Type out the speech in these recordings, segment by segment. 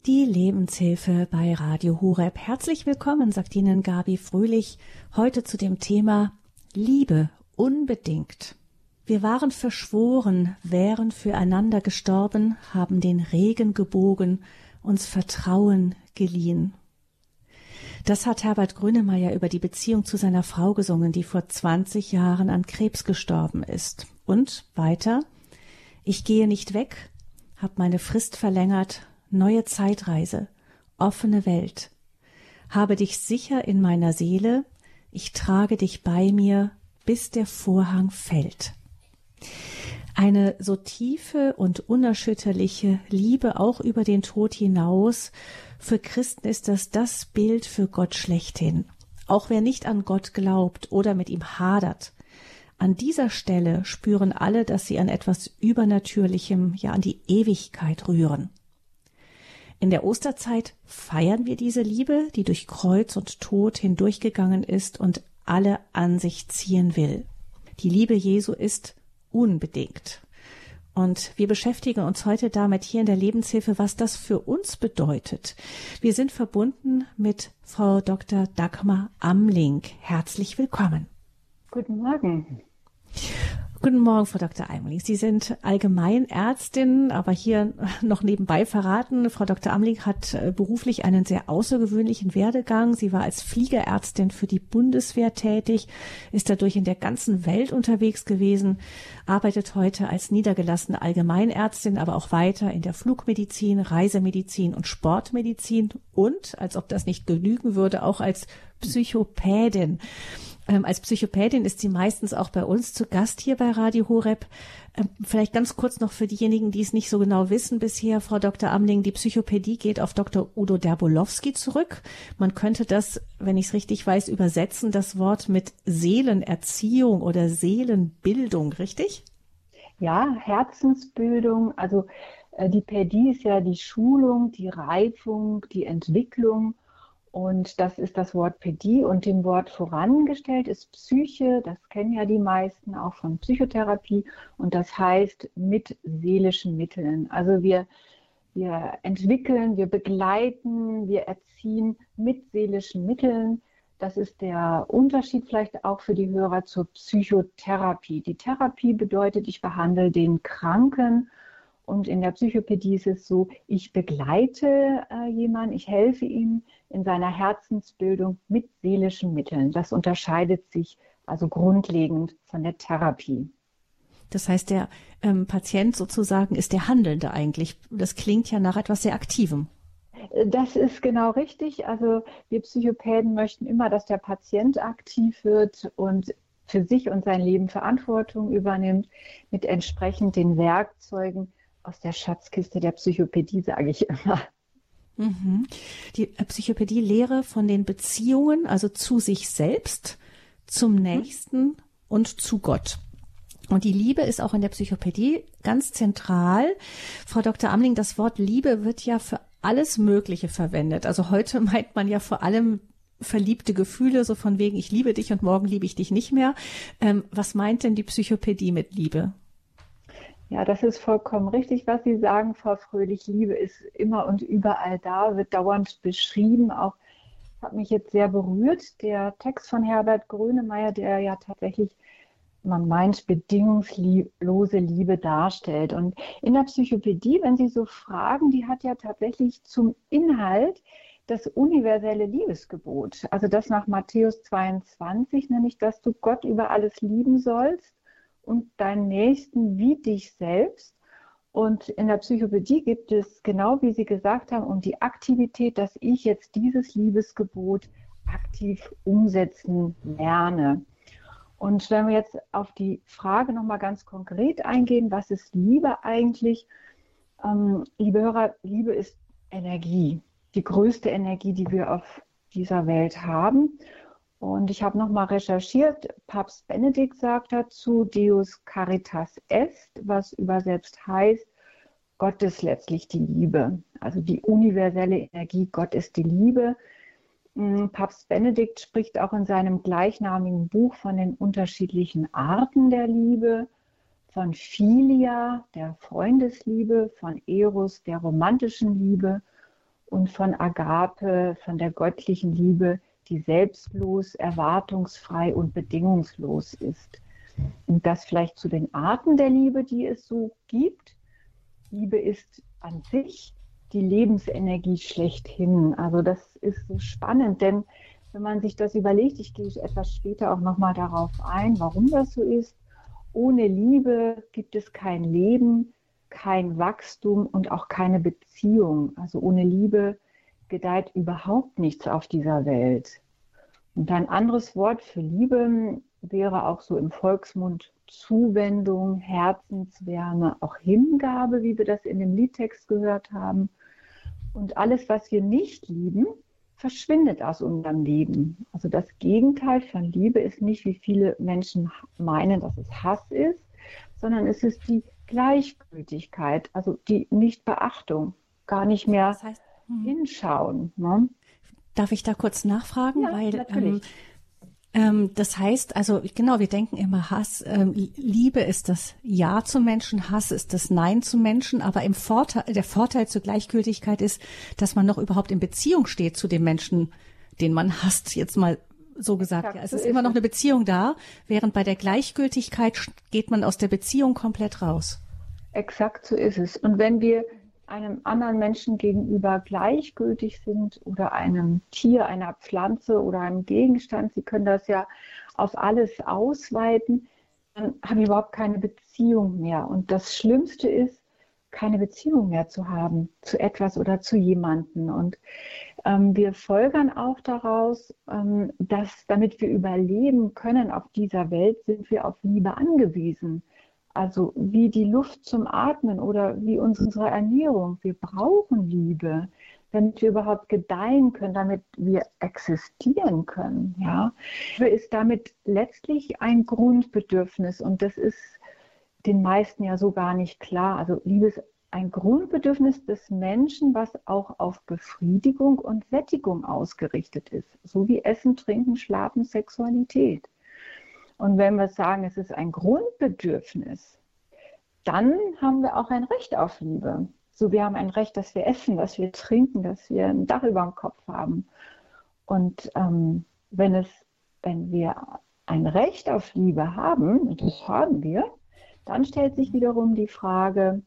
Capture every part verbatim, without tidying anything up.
Die Lebenshilfe bei Radio Horeb. Herzlich willkommen, sagt Ihnen Gabi Fröhlich, heute zu dem Thema Liebe unbedingt. Wir waren verschworen, wären füreinander gestorben, haben den Regen gebogen, uns Vertrauen geliehen. Das hat Herbert Grönemeyer über die Beziehung zu seiner Frau gesungen, die vor zwanzig Jahren an Krebs gestorben ist. Und weiter: Ich gehe nicht weg, hab meine Frist verlängert, neue Zeitreise, offene Welt. Habe dich sicher in meiner Seele, ich trage dich bei mir, bis der Vorhang fällt. Eine so tiefe und unerschütterliche Liebe auch über den Tod hinaus. Für Christen ist das das Bild für Gott schlechthin. Auch wer nicht an Gott glaubt oder mit ihm hadert, an dieser Stelle spüren alle, dass sie an etwas Übernatürlichem, ja an die Ewigkeit rühren. In der Osterzeit feiern wir diese Liebe, die durch Kreuz und Tod hindurchgegangen ist und alle an sich ziehen will. Die Liebe Jesu ist unbedingt. Und wir beschäftigen uns heute damit hier in der Lebenshilfe, was das für uns bedeutet. Wir sind verbunden mit Frau Doktor Dagmar Amling. Herzlich willkommen. Guten Morgen. Guten Morgen, Frau Doktor Amling. Sie sind Allgemeinärztin, aber hier noch nebenbei verraten. Frau Doktor Amling hat beruflich einen sehr außergewöhnlichen Werdegang. Sie war als Fliegerärztin für die Bundeswehr tätig, ist dadurch in der ganzen Welt unterwegs gewesen, arbeitet heute als niedergelassene Allgemeinärztin, aber auch weiter in der Flugmedizin, Reisemedizin und Sportmedizin und, als ob das nicht genügen würde, auch als Psychopädin. Ähm, als Psychopädin ist sie meistens auch bei uns zu Gast hier bei Radio Horeb. Ähm, vielleicht ganz kurz noch für diejenigen, die es nicht so genau wissen bisher, Frau Doktor Amling, die Psychopädie geht auf Doktor Udo Derbolowski zurück. Man könnte das, wenn ich es richtig weiß, übersetzen, das Wort mit Seelenerziehung oder Seelenbildung, richtig? Ja, Herzensbildung. Also äh, die Pädie ist ja die Schulung, die Reifung, die Entwicklung. Und das ist das Wort Pädie, und dem Wort vorangestellt ist Psyche, das kennen ja die meisten auch von Psychotherapie, und das heißt mit seelischen Mitteln. Also wir, wir entwickeln, wir begleiten, wir erziehen mit seelischen Mitteln. Das ist der Unterschied vielleicht auch für die Hörer zur Psychotherapie. Die Therapie bedeutet, ich behandle den Kranken. Und in der Psychopädie ist es so, ich begleite äh, jemanden, ich helfe ihm in seiner Herzensbildung mit seelischen Mitteln. Das unterscheidet sich also grundlegend von der Therapie. Das heißt, der ähm, Patient sozusagen ist der Handelnde eigentlich. Das klingt ja nach etwas sehr Aktivem. Das ist genau richtig. Also wir Psychopäden möchten immer, dass der Patient aktiv wird und für sich und sein Leben Verantwortung übernimmt, mit entsprechend den Werkzeugen aus der Schatzkiste der Psychopädie, sage ich immer. Mhm. Die Psychopädie Lehre von den Beziehungen, also zu sich selbst, zum Nächsten mhm. und zu Gott. Und die Liebe ist auch in der Psychopädie ganz zentral. Frau Doktor Amling, das Wort Liebe wird ja für alles Mögliche verwendet. Also heute meint man ja vor allem verliebte Gefühle, so von wegen, ich liebe dich und morgen liebe ich dich nicht mehr. Ähm, was meint denn die Psychopädie mit Liebe? Ja, das ist vollkommen richtig, was Sie sagen, Frau Fröhlich. Liebe ist immer und überall da, wird dauernd beschrieben. Auch hat mich jetzt sehr berührt, der Text von Herbert Grönemeyer, der ja tatsächlich, man meint, bedingungslose Liebe darstellt. Und in der Psychopädie, wenn Sie so fragen, die hat ja tatsächlich zum Inhalt das universelle Liebesgebot. Also das nach Matthäus zweiundzwanzig, nämlich, dass du Gott über alles lieben sollst und deinen Nächsten wie dich selbst. Und in der Psychopädie gibt es, genau wie Sie gesagt haben, um die Aktivität, dass ich jetzt dieses Liebesgebot aktiv umsetzen lerne. Und wenn wir jetzt auf die Frage nochmal ganz konkret eingehen, was ist Liebe eigentlich? Ähm, liebe Hörer, Liebe ist Energie, die größte Energie, die wir auf dieser Welt haben. Und ich habe nochmal recherchiert, Papst Benedikt sagt dazu, Deus Caritas est, was übersetzt heißt, Gott ist letztlich die Liebe. Also die universelle Energie, Gott ist die Liebe. Papst Benedikt spricht auch in seinem gleichnamigen Buch von den unterschiedlichen Arten der Liebe, von Philia, der Freundesliebe, von Eros, der romantischen Liebe und von Agape, von der göttlichen Liebe, die selbstlos, erwartungsfrei und bedingungslos ist. Und das vielleicht zu den Arten der Liebe, die es so gibt. Liebe ist an sich die Lebensenergie schlechthin. Also das ist so spannend, denn wenn man sich das überlegt, ich gehe etwas später auch nochmal darauf ein, warum das so ist. Ohne Liebe gibt es kein Leben, kein Wachstum und auch keine Beziehung. Also ohne Liebe gedeiht überhaupt nichts auf dieser Welt. Und ein anderes Wort für Liebe wäre auch so im Volksmund Zuwendung, Herzenswärme, auch Hingabe, wie wir das in dem Liedtext gehört haben. Und alles, was wir nicht lieben, verschwindet aus unserem Leben. Also das Gegenteil von Liebe ist nicht, wie viele Menschen meinen, dass es Hass ist, sondern es ist die Gleichgültigkeit, also die Nichtbeachtung, gar nicht mehr Das heißt, hm. hinschauen. Ne? Darf ich da kurz nachfragen? Ja, Weil natürlich. ähm, ähm, das heißt, also genau, wir denken immer Hass, ähm, Liebe ist das Ja zum Menschen, Hass ist das Nein zum Menschen, aber im Vorteil, der Vorteil zur Gleichgültigkeit ist, dass man noch überhaupt in Beziehung steht zu dem Menschen, den man hasst, jetzt mal so gesagt. Exakt, Ja, es so ist ist immer noch es. eine Beziehung da, während bei der Gleichgültigkeit sch- geht man aus der Beziehung komplett raus. Exakt so ist es. Und wenn wir einem anderen Menschen gegenüber gleichgültig sind oder einem Tier, einer Pflanze oder einem Gegenstand, Sie können das ja auf alles ausweiten, dann haben wir überhaupt keine Beziehung mehr. Und das Schlimmste ist, keine Beziehung mehr zu haben zu etwas oder zu jemandem. Und ähm, wir folgern auch daraus, ähm, dass damit wir überleben können auf dieser Welt, sind wir auf Liebe angewiesen. Also wie die Luft zum Atmen oder wie unsere Ernährung. Wir brauchen Liebe, damit wir überhaupt gedeihen können, damit wir existieren können. Ja? Liebe ist damit letztlich ein Grundbedürfnis und das ist den meisten ja so gar nicht klar. Also Liebe ist ein Grundbedürfnis des Menschen, was auch auf Befriedigung und Sättigung ausgerichtet ist, so wie Essen, Trinken, Schlafen, Sexualität. Und wenn wir sagen, es ist ein Grundbedürfnis, dann haben wir auch ein Recht auf Liebe. So, wir haben ein Recht, dass wir essen, dass wir trinken, dass wir ein Dach über dem Kopf haben. Und ähm, wenn es, wenn wir ein Recht auf Liebe haben, und das haben wir, dann stellt sich wiederum die Frage,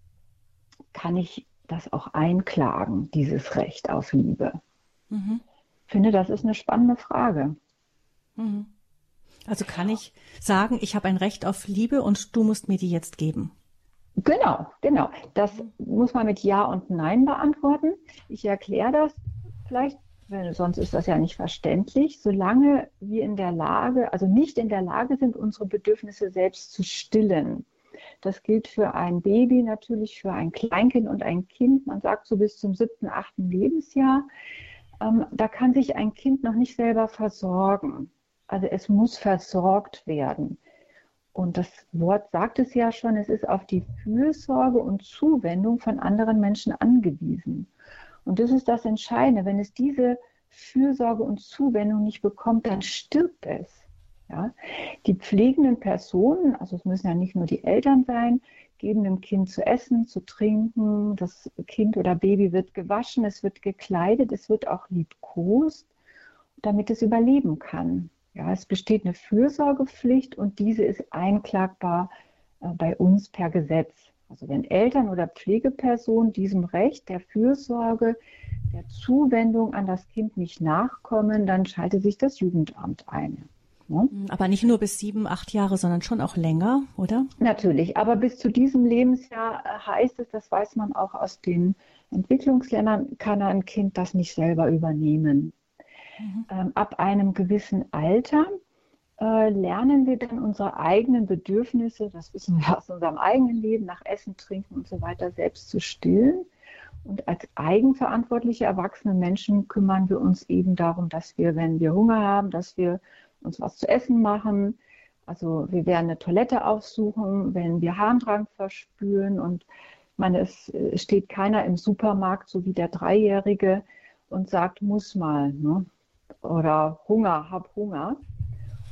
kann ich das auch einklagen, dieses Recht auf Liebe? Mhm. Ich finde, das ist eine spannende Frage. Mhm. Also kann ich sagen, ich habe ein Recht auf Liebe und du musst mir die jetzt geben. Genau, genau. Das muss man mit Ja und Nein beantworten. Ich erkläre das vielleicht, weil sonst ist das ja nicht verständlich. Solange wir in der Lage, also nicht in der Lage sind, unsere Bedürfnisse selbst zu stillen. Das gilt für ein Baby natürlich, für ein Kleinkind und ein Kind. Man sagt so bis zum siebten, achten Lebensjahr. Ähm, da kann sich ein Kind noch nicht selber versorgen. Also es muss versorgt werden. Und das Wort sagt es ja schon, es ist auf die Fürsorge und Zuwendung von anderen Menschen angewiesen. Und das ist das Entscheidende. Wenn es diese Fürsorge und Zuwendung nicht bekommt, dann stirbt es. Ja? Die pflegenden Personen, also es müssen ja nicht nur die Eltern sein, geben dem Kind zu essen, zu trinken. Das Kind oder Baby wird gewaschen, es wird gekleidet, es wird auch liebkost, damit es überleben kann. Ja, es besteht eine Fürsorgepflicht und diese ist einklagbar äh, bei uns per Gesetz. Also wenn Eltern oder Pflegepersonen diesem Recht der Fürsorge, der Zuwendung an das Kind nicht nachkommen, dann schaltet sich das Jugendamt ein. Ja? Aber nicht nur bis sieben, acht Jahre, sondern schon auch länger, oder? Natürlich, aber bis zu diesem Lebensjahr heißt es, das weiß man auch aus den Entwicklungsländern, kann ein Kind das nicht selber übernehmen. Mhm. Ähm, ab einem gewissen Alter äh, lernen wir dann unsere eigenen Bedürfnisse, das wissen wir aus unserem eigenen Leben, nach Essen, Trinken und so weiter, selbst zu stillen. Und als eigenverantwortliche erwachsene Menschen kümmern wir uns eben darum, dass wir, wenn wir Hunger haben, dass wir uns was zu essen machen. Also wir werden eine Toilette aufsuchen, wenn wir Harndrang verspüren. Und ich meine, es steht keiner im Supermarkt, so wie der Dreijährige, und sagt, muss mal, ne? Oder Hunger, hab Hunger.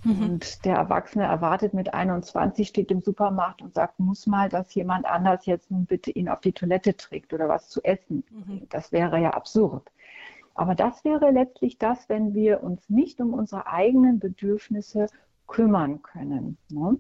Mhm. Und der Erwachsene erwartet mit einundzwanzig, steht im Supermarkt und sagt, muss mal, dass jemand anders jetzt nun bitte ihn auf die Toilette trägt oder was zu essen. Mhm. Das wäre ja absurd. Aber das wäre letztlich das, wenn wir uns nicht um unsere eigenen Bedürfnisse kümmern können. Ne?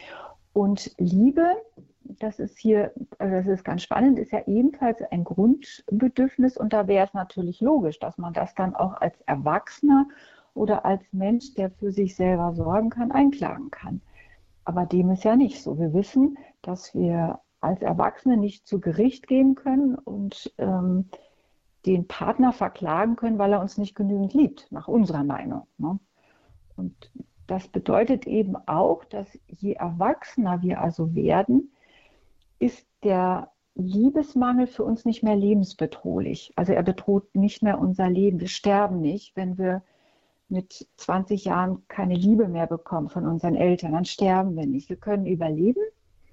Und Liebe, das ist hier, also das ist ganz spannend, ist ja ebenfalls ein Grundbedürfnis. Und da wäre es natürlich logisch, dass man das dann auch als Erwachsener oder als Mensch, der für sich selber sorgen kann, einklagen kann. Aber dem ist ja nicht so. Wir wissen, dass wir als Erwachsene nicht zu Gericht gehen können und ähm, den Partner verklagen können, weil er uns nicht genügend liebt, nach unserer Meinung. Ne? Und das bedeutet eben auch, dass je erwachsener wir also werden, ist der Liebesmangel für uns nicht mehr lebensbedrohlich. Also er bedroht nicht mehr unser Leben. Wir sterben nicht, wenn wir mit zwanzig Jahren keine Liebe mehr bekommen von unseren Eltern. Dann sterben wir nicht. Wir können überleben.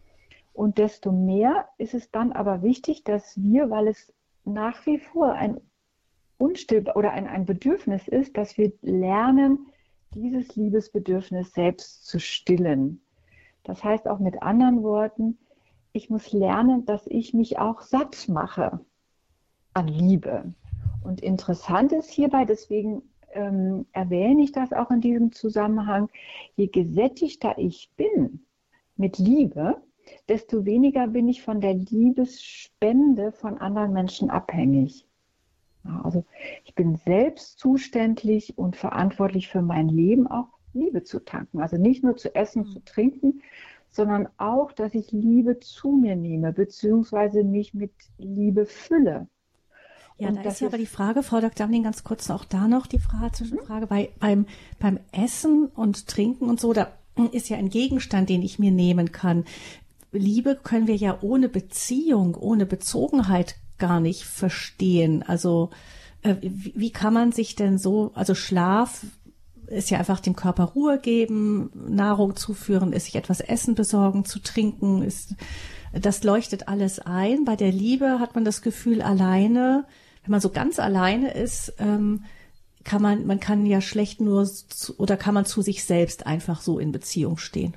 Und desto mehr ist es dann aber wichtig, dass wir, weil es nach wie vor ein unstillbar oder ein, ein Bedürfnis ist, dass wir lernen, dieses Liebesbedürfnis selbst zu stillen. Das heißt auch mit anderen Worten, ich muss lernen, dass ich mich auch satt mache an Liebe. Und interessant ist hierbei, deswegen ähm, erwähne ich das auch in diesem Zusammenhang, je gesättigter ich bin mit Liebe, desto weniger bin ich von der Liebesspende von anderen Menschen abhängig. Ja, also ich bin selbst zuständig und verantwortlich für mein Leben, auch Liebe zu tanken. Also nicht nur zu essen, zu trinken, sondern auch, dass ich Liebe zu mir nehme, beziehungsweise mich mit Liebe fülle. Ja, und da ist ja aber die Frage, Frau Doktor Damling, ganz kurz auch da noch die Frage, Zwischenfrage, bei, beim, beim Essen und Trinken und so, da ist ja ein Gegenstand, den ich mir nehmen kann. Liebe können wir ja ohne Beziehung, ohne Bezogenheit gar nicht verstehen. Also äh, wie, wie kann man sich denn so, also Schlaf ist ja einfach dem Körper Ruhe geben, Nahrung zuführen, ist sich etwas Essen besorgen, zu trinken, ist, das leuchtet alles ein. Bei der Liebe hat man das Gefühl, alleine, wenn man so ganz alleine ist, ähm, kann man, man kann ja schlecht nur zu, oder kann man zu sich selbst einfach so in Beziehung stehen.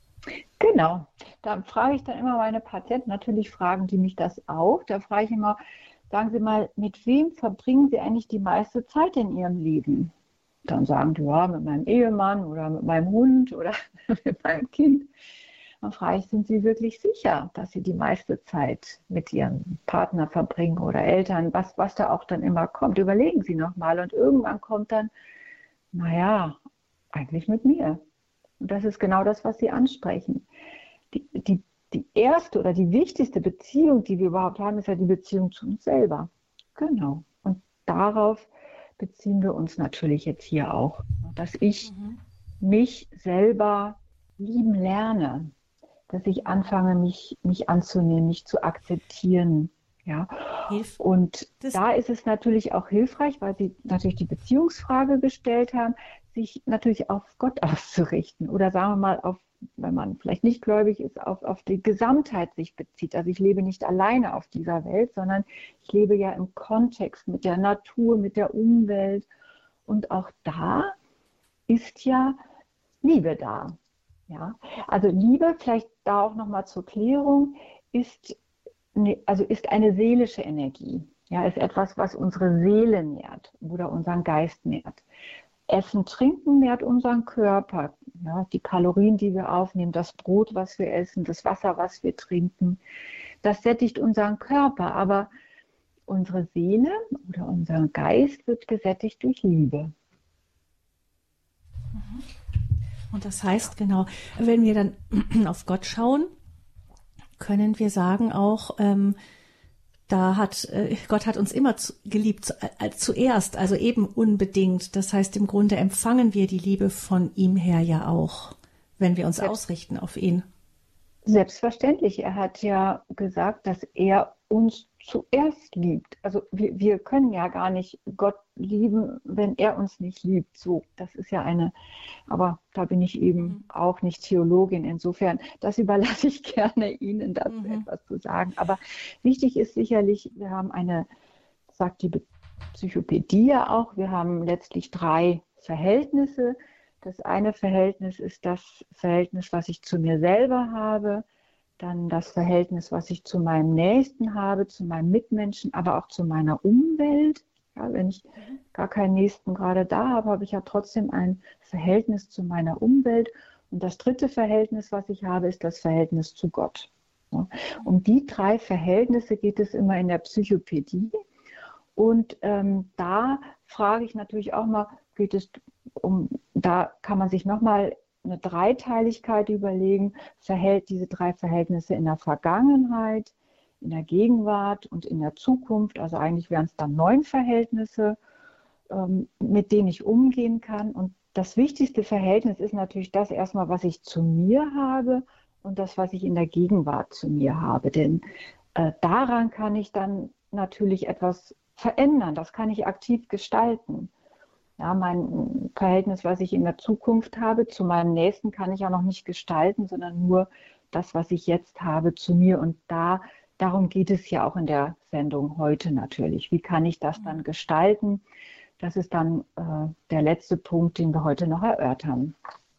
Genau, da frage ich dann immer meine Patienten, natürlich fragen die mich das auch, da frage ich immer, sagen Sie mal, mit wem verbringen Sie eigentlich die meiste Zeit in Ihrem Leben? Dann sagen die, ja, mit meinem Ehemann oder mit meinem Hund oder mit meinem Kind. Dann frage ich, sind Sie wirklich sicher, dass Sie die meiste Zeit mit Ihrem Partner verbringen oder Eltern, was, was da auch dann immer kommt? Überlegen Sie nochmal und irgendwann kommt dann, naja, eigentlich mit mir. Und das ist genau das, was Sie ansprechen. Die, die, die erste oder die wichtigste Beziehung, die wir überhaupt haben, ist ja die Beziehung zu uns selber. Genau. Und darauf beziehen wir uns natürlich jetzt hier auch, dass ich mhm. mich selber lieben lerne, dass ich anfange, mich, mich anzunehmen, mich zu akzeptieren. Ja. Hilf. Und das da ist es natürlich auch hilfreich, weil Sie natürlich die Beziehungsfrage gestellt haben, sich natürlich auf Gott auszurichten oder sagen wir mal, auf, wenn man vielleicht nicht gläubig ist, auf, auf die Gesamtheit sich bezieht. Also ich lebe nicht alleine auf dieser Welt, sondern ich lebe ja im Kontext mit der Natur, mit der Umwelt. Und auch da ist ja Liebe da. Ja? Also Liebe, vielleicht da auch nochmal zur Klärung, ist, also ist eine seelische Energie. Ja, ist etwas, was unsere Seele nährt oder unseren Geist nährt. Essen, Trinken nährt unseren Körper. Ja, die Kalorien, die wir aufnehmen, das Brot, was wir essen, das Wasser, was wir trinken, das sättigt unseren Körper. Aber unsere Seele oder unser Geist wird gesättigt durch Liebe. Und das heißt, genau, wenn wir dann auf Gott schauen, können wir sagen auch, ähm, Da hat äh, Gott hat uns immer zu, geliebt zu, äh, zuerst, also eben unbedingt. Das heißt, im Grunde empfangen wir die Liebe von ihm her ja auch, wenn wir uns Selbst, ausrichten auf ihn. Selbstverständlich. Er hat ja gesagt, dass er uns zuerst liebt. Also wir, wir können ja gar nicht Gott lieben, wenn er uns nicht liebt. So, das ist ja eine, aber da bin ich eben mhm. auch nicht Theologin. Insofern, das überlasse ich gerne Ihnen, dazu mhm. etwas zu sagen. Aber wichtig ist sicherlich, wir haben eine, sagt die Psychopädie ja auch, wir haben letztlich drei Verhältnisse. Das eine Verhältnis ist das Verhältnis, was ich zu mir selber habe, dann das Verhältnis, was ich zu meinem Nächsten habe, zu meinem Mitmenschen, aber auch zu meiner Umwelt. Ja, wenn ich gar keinen Nächsten gerade da habe, habe ich ja trotzdem ein Verhältnis zu meiner Umwelt. Und das dritte Verhältnis, was ich habe, ist das Verhältnis zu Gott. Ja, um die drei Verhältnisse geht es immer in der Psychopädie. Und ähm, da frage ich natürlich auch mal, geht es um, da kann man sich nochmal eine Dreiteiligkeit überlegen, verhält diese drei Verhältnisse in der Vergangenheit, in der Gegenwart und in der Zukunft. Also eigentlich wären es dann neun Verhältnisse, ähm, mit denen ich umgehen kann. Und das wichtigste Verhältnis ist natürlich das erstmal, was ich zu mir habe und das, was ich in der Gegenwart zu mir habe. Denn äh, daran kann ich dann natürlich etwas verändern. Das kann ich aktiv gestalten. Ja, mein Verhältnis, was ich in der Zukunft habe, zu meinem Nächsten kann ich ja noch nicht gestalten, sondern nur das, was ich jetzt habe, zu mir. Und da, darum geht es ja auch in der Sendung heute natürlich. Wie kann ich das dann gestalten? Das ist dann äh, der letzte Punkt, den wir heute noch erörtern.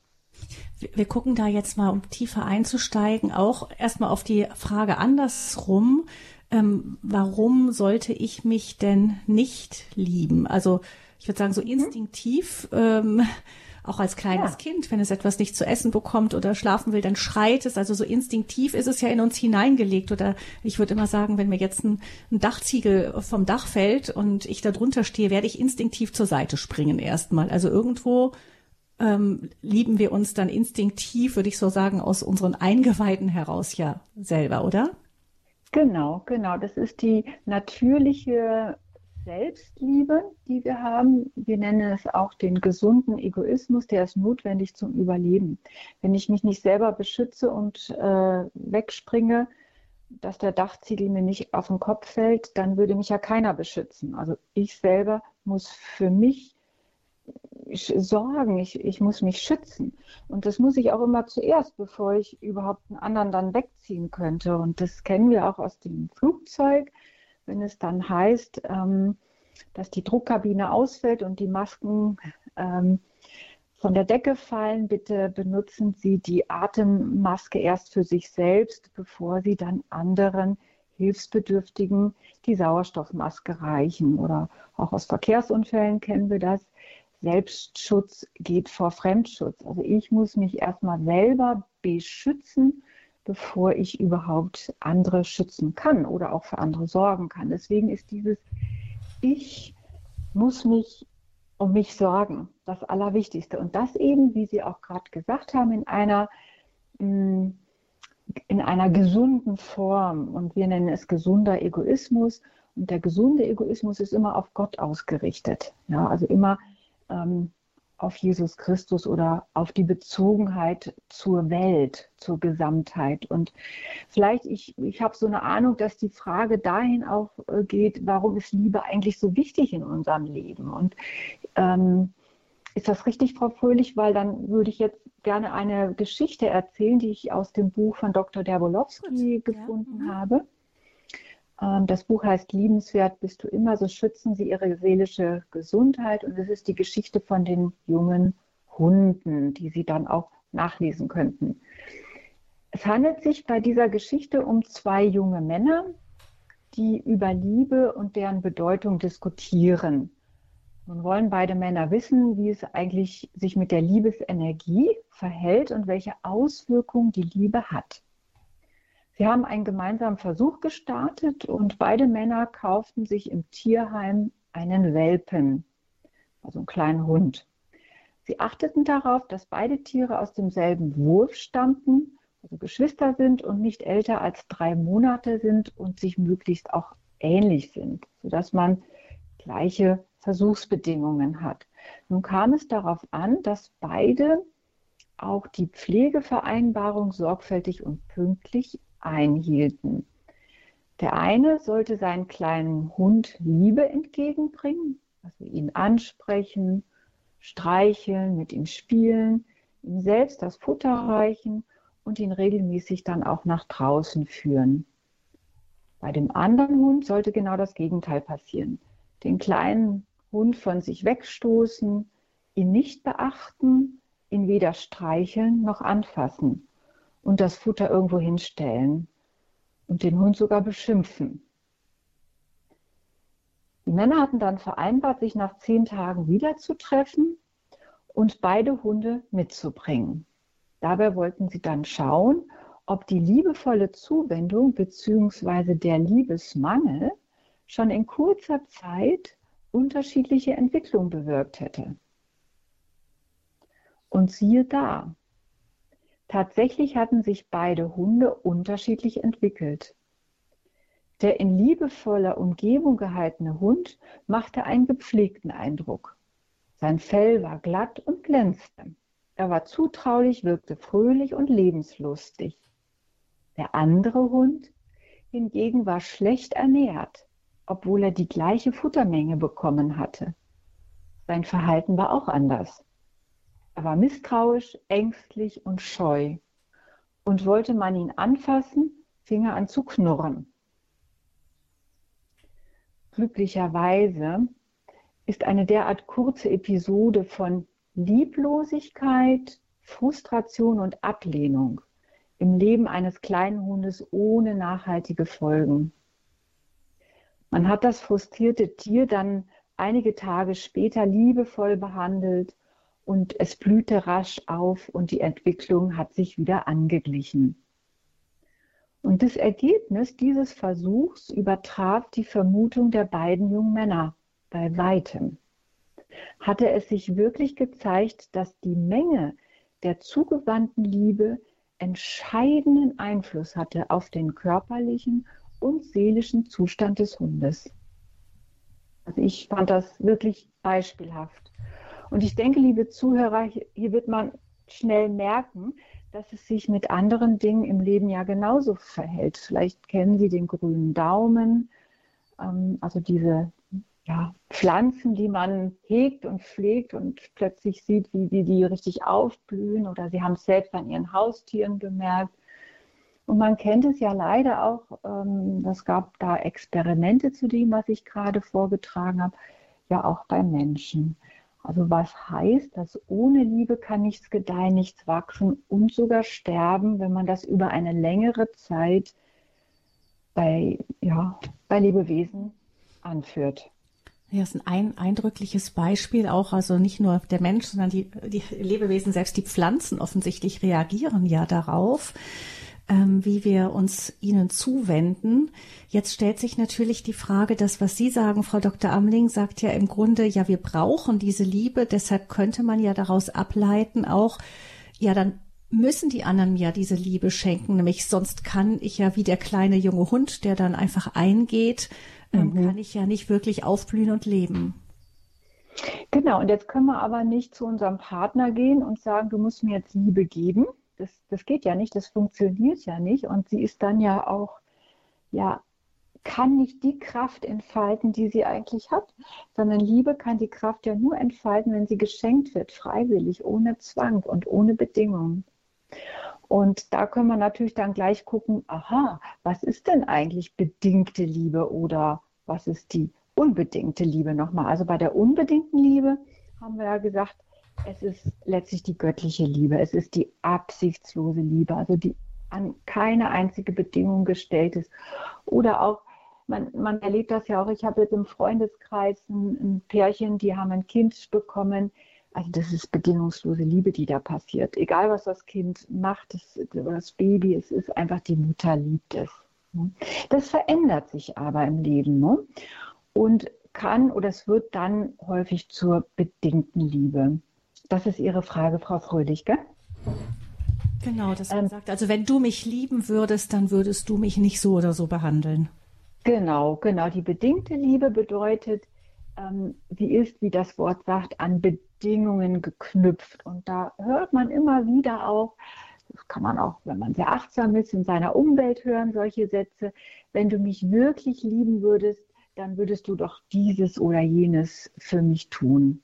Wir gucken da jetzt mal, um tiefer einzusteigen, auch erstmal auf die Frage andersrum. Ähm, warum sollte ich mich denn nicht lieben? Also ich würde sagen, so instinktiv, ähm, auch als kleines ja. Kind, wenn es etwas nicht zu essen bekommt oder schlafen will, dann schreit es. Also so instinktiv ist es ja in uns hineingelegt. Oder ich würde immer sagen, wenn mir jetzt ein, ein Dachziegel vom Dach fällt und ich da drunter stehe, werde ich instinktiv zur Seite springen erstmal. Also irgendwo ähm, lieben wir uns dann instinktiv, würde ich so sagen, aus unseren Eingeweiden heraus ja selber, oder? Genau, genau. Das ist die natürliche Selbstliebe, die wir haben. Wir nennen es auch den gesunden Egoismus, der ist notwendig zum Überleben. Wenn ich mich nicht selber beschütze und äh, wegspringe, dass der Dachziegel mir nicht auf den Kopf fällt, dann würde mich ja keiner beschützen. Also ich selber muss für mich sorgen, ich, ich muss mich schützen. Und das muss ich auch immer zuerst, bevor ich überhaupt einen anderen dann wegziehen könnte. Und das kennen wir auch aus dem Flugzeug, wenn es dann heißt, ähm, dass die Druckkabine ausfällt und die Masken ähm, von der Decke fallen. Bitte benutzen Sie die Atemmaske erst für sich selbst, bevor Sie dann anderen Hilfsbedürftigen die Sauerstoffmaske reichen. Oder auch aus Verkehrsunfällen kennen wir das. Selbstschutz geht vor Fremdschutz. Also ich muss mich erstmal selber beschützen, bevor ich überhaupt andere schützen kann oder auch für andere sorgen kann. Deswegen ist dieses Ich muss mich um mich sorgen das Allerwichtigste. Und das eben, wie Sie auch gerade gesagt haben, in einer, in einer gesunden Form. Und wir nennen es gesunder Egoismus. Und der gesunde Egoismus ist immer auf Gott ausgerichtet. Ja, also immer ähm, auf Jesus Christus oder auf die Bezogenheit zur Welt, zur Gesamtheit. Und vielleicht, ich, ich habe so eine Ahnung, dass die Frage dahin auch äh, geht, warum ist Liebe eigentlich so wichtig in unserem Leben? Und ähm, ist das richtig, Frau Fröhlich? Weil dann würde ich jetzt gerne eine Geschichte erzählen, die ich aus dem Buch von Doktor Derbolowski gefunden ja. habe. Das Buch heißt Liebenswert bist du immer, so schützen sie ihre seelische Gesundheit. Und es ist die Geschichte von den jungen Hunden, die Sie dann auch nachlesen könnten. Es handelt sich bei dieser Geschichte um zwei junge Männer, die über Liebe und deren Bedeutung diskutieren. Nun wollen beide Männer wissen, wie es eigentlich sich mit der Liebesenergie verhält und welche Auswirkungen die Liebe hat. Sie haben einen gemeinsamen Versuch gestartet und beide Männer kauften sich im Tierheim einen Welpen, also einen kleinen Hund. Sie achteten darauf, dass beide Tiere aus demselben Wurf stammten, also Geschwister sind und nicht älter als drei Monate sind und sich möglichst auch ähnlich sind, sodass man gleiche Versuchsbedingungen hat. Nun kam es darauf an, dass beide auch die Pflegevereinbarung sorgfältig und pünktlich einhielten. Der eine sollte seinen kleinen Hund Liebe entgegenbringen, also ihn ansprechen, streicheln, mit ihm spielen, ihm selbst das Futter reichen und ihn regelmäßig dann auch nach draußen führen. Bei dem anderen Hund sollte genau das Gegenteil passieren. Den kleinen Hund von sich wegstoßen, ihn nicht beachten, ihn weder streicheln noch anfassen und das Futter irgendwo hinstellen und den Hund sogar beschimpfen. Die Männer hatten dann vereinbart, sich nach zehn Tagen wiederzutreffen und beide Hunde mitzubringen. Dabei wollten sie dann schauen, ob die liebevolle Zuwendung bzw. der Liebesmangel schon in kurzer Zeit unterschiedliche Entwicklungen bewirkt hätte. Und siehe da, tatsächlich hatten sich beide Hunde unterschiedlich entwickelt. Der in liebevoller Umgebung gehaltene Hund machte einen gepflegten Eindruck. Sein Fell war glatt und glänzte. Er war zutraulich, wirkte fröhlich und lebenslustig. Der andere Hund hingegen war schlecht ernährt, obwohl er die gleiche Futtermenge bekommen hatte. Sein Verhalten war auch anders. Er war misstrauisch, ängstlich und scheu. Und wollte man ihn anfassen, fing er an zu knurren. Glücklicherweise ist eine derart kurze Episode von Lieblosigkeit, Frustration und Ablehnung im Leben eines kleinen Hundes ohne nachhaltige Folgen. Man hat das frustrierte Tier dann einige Tage später liebevoll behandelt und es blühte rasch auf und die Entwicklung hat sich wieder angeglichen. Und das Ergebnis dieses Versuchs übertraf die Vermutung der beiden jungen Männer bei weitem. Hatte es sich wirklich gezeigt, dass die Menge der zugewandten Liebe entscheidenden Einfluss hatte auf den körperlichen und seelischen Zustand des Hundes. Also ich fand das wirklich beispielhaft. Und ich denke, liebe Zuhörer, hier wird man schnell merken, dass es sich mit anderen Dingen im Leben ja genauso verhält. Vielleicht kennen Sie den grünen Daumen, ähm, also diese ja, Pflanzen, die man hegt und pflegt und plötzlich sieht, wie die, die richtig aufblühen, oder Sie haben es selbst an Ihren Haustieren gemerkt. Und man kennt es ja leider auch, ähm, es gab da Experimente zu dem, was ich gerade vorgetragen habe, ja auch bei Menschen. Also was heißt, dass ohne Liebe kann nichts gedeihen, nichts wachsen und sogar sterben, wenn man das über eine längere Zeit bei, ja, bei Lebewesen anführt. Ja, das ist ein eindrückliches Beispiel auch, also nicht nur der Mensch, sondern die, die Lebewesen, selbst die Pflanzen offensichtlich reagieren ja darauf, ähm, wie wir uns ihnen zuwenden. Jetzt stellt sich natürlich die Frage, das, was Sie sagen, Frau Doktor Amling, sagt ja im Grunde, ja, wir brauchen diese Liebe, deshalb könnte man ja daraus ableiten auch, ja, dann müssen die anderen mir diese Liebe schenken, nämlich sonst kann ich ja wie der kleine junge Hund, der dann einfach eingeht, ähm, mhm. kann ich ja nicht wirklich aufblühen und leben. Genau, und jetzt können wir aber nicht zu unserem Partner gehen und sagen, du musst mir jetzt Liebe geben. Das, das geht ja nicht, das funktioniert ja nicht. Und sie ist dann ja auch, ja, kann nicht die Kraft entfalten, die sie eigentlich hat, sondern Liebe kann die Kraft ja nur entfalten, wenn sie geschenkt wird, freiwillig, ohne Zwang und ohne Bedingungen. Und da können wir natürlich dann gleich gucken, aha, was ist denn eigentlich bedingte Liebe oder was ist die unbedingte Liebe nochmal? Also bei der unbedingten Liebe haben wir ja gesagt, es ist letztlich die göttliche Liebe, es ist die absichtslose Liebe, also die an keine einzige Bedingung gestellt ist. Oder auch, man, man erlebt das ja auch, ich habe jetzt im Freundeskreis ein, ein Pärchen, die haben ein Kind bekommen. Also das ist bedingungslose Liebe, die da passiert. Egal, was das Kind macht, das, das Baby, es ist einfach, die Mutter liebt es. Das verändert sich aber im Leben, ne? Und kann oder es wird dann häufig zur bedingten Liebe. Das ist Ihre Frage, Frau Fröhlich, gell? Genau, das ähm, sagt. Also wenn du mich lieben würdest, dann würdest du mich nicht so oder so behandeln. Genau, genau. Die bedingte Liebe bedeutet, ähm, sie ist, wie das Wort sagt, an Bedingungen geknüpft. Und da hört man immer wieder auch, das kann man auch, wenn man sehr achtsam ist, in seiner Umwelt hören, solche Sätze, wenn du mich wirklich lieben würdest, dann würdest du doch dieses oder jenes für mich tun.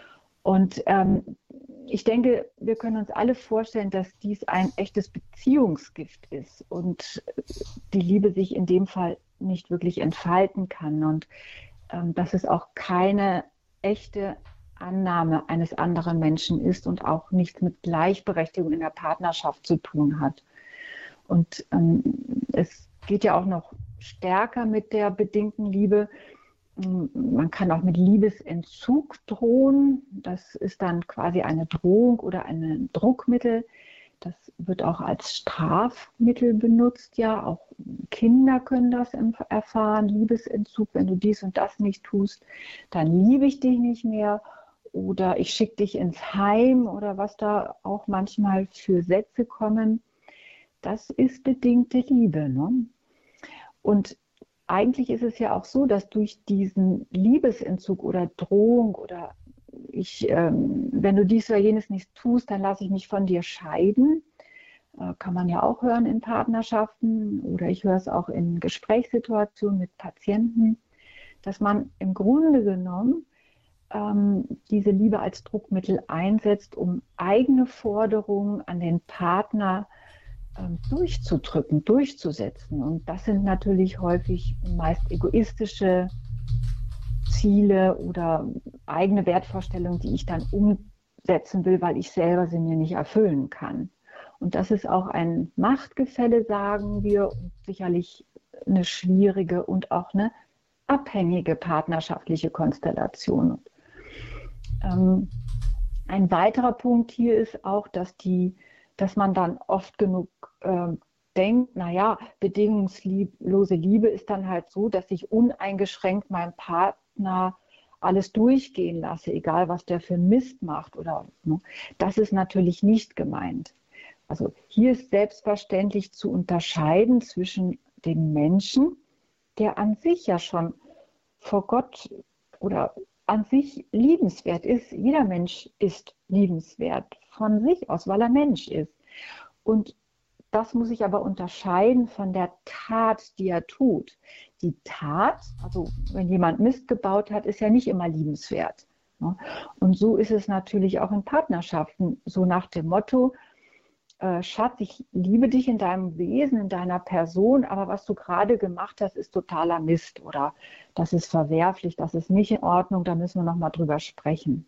Und ähm, ich denke, wir können uns alle vorstellen, dass dies ein echtes Beziehungsgift ist und die Liebe sich in dem Fall nicht wirklich entfalten kann und ähm, dass es auch keine echte Annahme eines anderen Menschen ist und auch nichts mit Gleichberechtigung in der Partnerschaft zu tun hat. Und ähm, es geht ja auch noch stärker mit der bedingten Liebe. Man kann auch mit Liebesentzug drohen. Das ist dann quasi eine Drohung oder ein Druckmittel. Das wird auch als Strafmittel benutzt. Ja, auch Kinder können das erfahren. Liebesentzug, wenn du dies und das nicht tust, dann liebe ich dich nicht mehr. Oder ich schicke dich ins Heim oder was da auch manchmal für Sätze kommen. Das ist bedingte Liebe, ne? Und eigentlich ist es ja auch so, dass durch diesen Liebesentzug oder Drohung oder ich, ähm, wenn du dies oder jenes nicht tust, dann lasse ich mich von dir scheiden. Äh, kann man ja auch hören in Partnerschaften oder ich höre es auch in Gesprächssituationen mit Patienten, dass man im Grunde genommen ähm, diese Liebe als Druckmittel einsetzt, um eigene Forderungen an den Partner durchzudrücken, durchzusetzen. Und das sind natürlich häufig meist egoistische Ziele oder eigene Wertvorstellungen, die ich dann umsetzen will, weil ich selber sie mir nicht erfüllen kann. Und das ist auch ein Machtgefälle, sagen wir, und sicherlich eine schwierige und auch eine abhängige partnerschaftliche Konstellation. Ähm, ein weiterer Punkt hier ist auch, dass die dass man dann oft genug äh, denkt, naja, bedingungslose Liebe ist dann halt so, dass ich uneingeschränkt meinem Partner alles durchgehen lasse, egal was der für Mist macht. Oder, ne? Das ist natürlich nicht gemeint. Also hier ist selbstverständlich zu unterscheiden zwischen dem Menschen, der an sich ja schon vor Gott oder an sich liebenswert ist. Jeder Mensch ist liebenswert von sich aus, weil er Mensch ist. Und das muss ich aber unterscheiden von der Tat, die er tut. Die Tat, also wenn jemand Mist gebaut hat, ist ja nicht immer liebenswert. Und so ist es natürlich auch in Partnerschaften, so nach dem Motto, äh, Schatz, ich liebe dich in deinem Wesen, in deiner Person, aber was du gerade gemacht hast, ist totaler Mist oder das ist verwerflich, das ist nicht in Ordnung, da müssen wir nochmal drüber sprechen.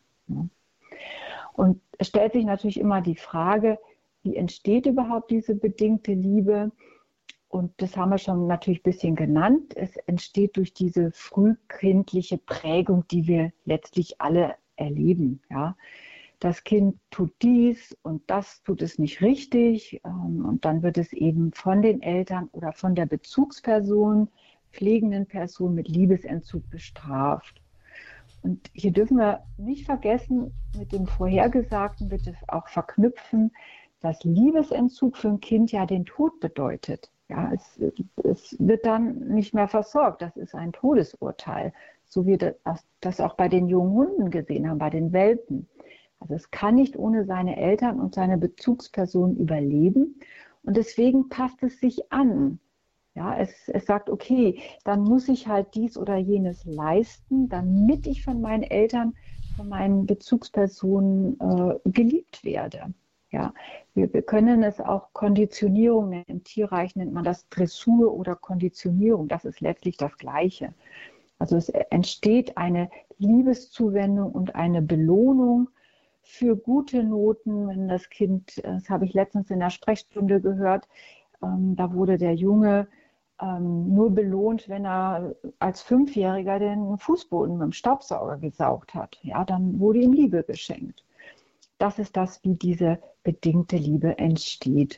Und es stellt sich natürlich immer die Frage, wie entsteht überhaupt diese bedingte Liebe? Und das haben wir schon natürlich ein bisschen genannt. Es entsteht durch diese frühkindliche Prägung, die wir letztlich alle erleben. Ja? Das Kind tut dies und das tut es nicht richtig. Und dann wird es eben von den Eltern oder von der Bezugsperson, pflegenden Person mit Liebesentzug bestraft. Und hier dürfen wir nicht vergessen, mit dem Vorhergesagten wird es auch verknüpfen, dass Liebesentzug für ein Kind ja den Tod bedeutet. Ja, es, es wird dann nicht mehr versorgt. Das ist ein Todesurteil, so wie wir das, das auch bei den jungen Hunden gesehen haben, bei den Welpen. Also es kann nicht ohne seine Eltern und seine Bezugsperson überleben. Und deswegen passt es sich an. Ja, es, es sagt, okay, dann muss ich halt dies oder jenes leisten, damit ich von meinen Eltern, von meinen Bezugspersonen äh, geliebt werde. Ja, wir, wir können es auch Konditionierung nennen. Im Tierreich nennt man das Dressur oder Konditionierung. Das ist letztlich das Gleiche. Also es entsteht eine Liebeszuwendung und eine Belohnung für gute Noten, wenn das Kind, das habe ich letztens in der Sprechstunde gehört, ähm, da wurde der Junge ähm, nur belohnt, wenn er als Fünfjähriger den Fußboden mit dem Staubsauger gesaugt hat. Ja, dann wurde ihm Liebe geschenkt. Das ist das, wie diese bedingte Liebe entsteht.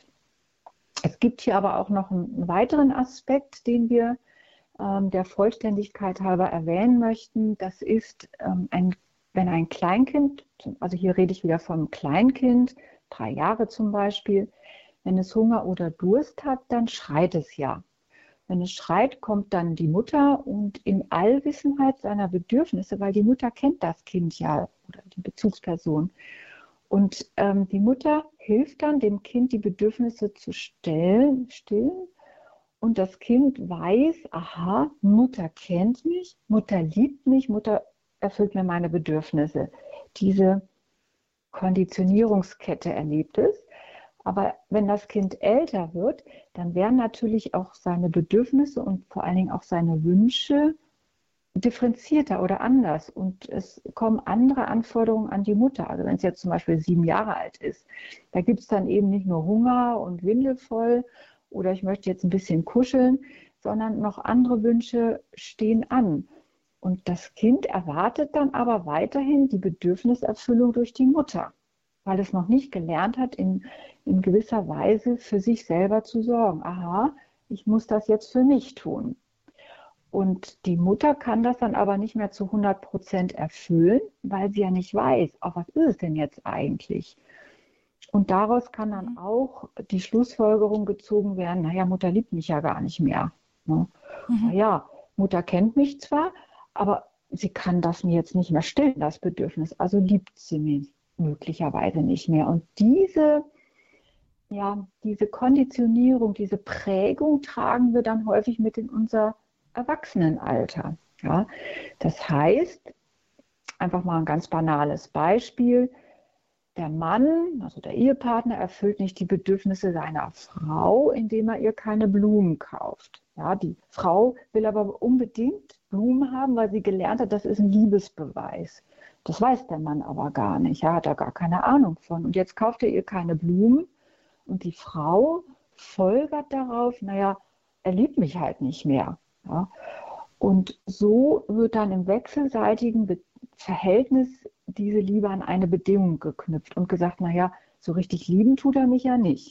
Es gibt hier aber auch noch einen weiteren Aspekt, den wir ähm, der Vollständigkeit halber erwähnen möchten. Das ist, ähm, ein, wenn ein Kleinkind, also hier rede ich wieder vom Kleinkind, drei Jahre zum Beispiel, wenn es Hunger oder Durst hat, dann schreit es ja. Wenn es schreit, kommt dann die Mutter und in Allwissenheit seiner Bedürfnisse, weil die Mutter kennt das Kind ja oder die Bezugsperson. Und ähm, die Mutter hilft dann dem Kind, die Bedürfnisse zu stellen, stillen. Und das Kind weiß, aha, Mutter kennt mich, Mutter liebt mich, Mutter erfüllt mir meine Bedürfnisse. Diese Konditionierungskette erlebt es. Aber wenn das Kind älter wird, dann werden natürlich auch seine Bedürfnisse und vor allen Dingen auch seine Wünsche differenzierter oder anders und es kommen andere Anforderungen an die Mutter. Also wenn es jetzt zum Beispiel sieben Jahre alt ist, da gibt es dann eben nicht nur Hunger und Windel voll oder ich möchte jetzt ein bisschen kuscheln, sondern noch andere Wünsche stehen an. Und das Kind erwartet dann aber weiterhin die Bedürfniserfüllung durch die Mutter, weil es noch nicht gelernt hat, in, in gewisser Weise für sich selber zu sorgen. Aha, ich muss das jetzt für mich tun. Und die Mutter kann das dann aber nicht mehr zu hundert Prozent erfüllen, weil sie ja nicht weiß, auch was ist es denn jetzt eigentlich? Und daraus kann dann auch die Schlussfolgerung gezogen werden, naja, Mutter liebt mich ja gar nicht mehr. Ne? Mhm. Naja, Mutter kennt mich zwar, aber sie kann das mir jetzt nicht mehr stillen, das Bedürfnis. Also liebt sie mich möglicherweise nicht mehr. Und diese, ja, diese Konditionierung, diese Prägung tragen wir dann häufig mit in unser Erwachsenenalter. Ja? Das heißt, einfach mal ein ganz banales Beispiel, der Mann, also der Ehepartner, erfüllt nicht die Bedürfnisse seiner Frau, indem er ihr keine Blumen kauft. Ja, die Frau will aber unbedingt Blumen haben, weil sie gelernt hat, das ist ein Liebesbeweis. Das weiß der Mann aber gar nicht. Er hat da gar keine Ahnung von. Und jetzt kauft er ihr keine Blumen und die Frau folgert darauf, naja, er liebt mich halt nicht mehr. Ja. Und so wird dann im wechselseitigen Be- Verhältnis diese Liebe an eine Bedingung geknüpft und gesagt, naja, so richtig lieben tut er mich ja nicht.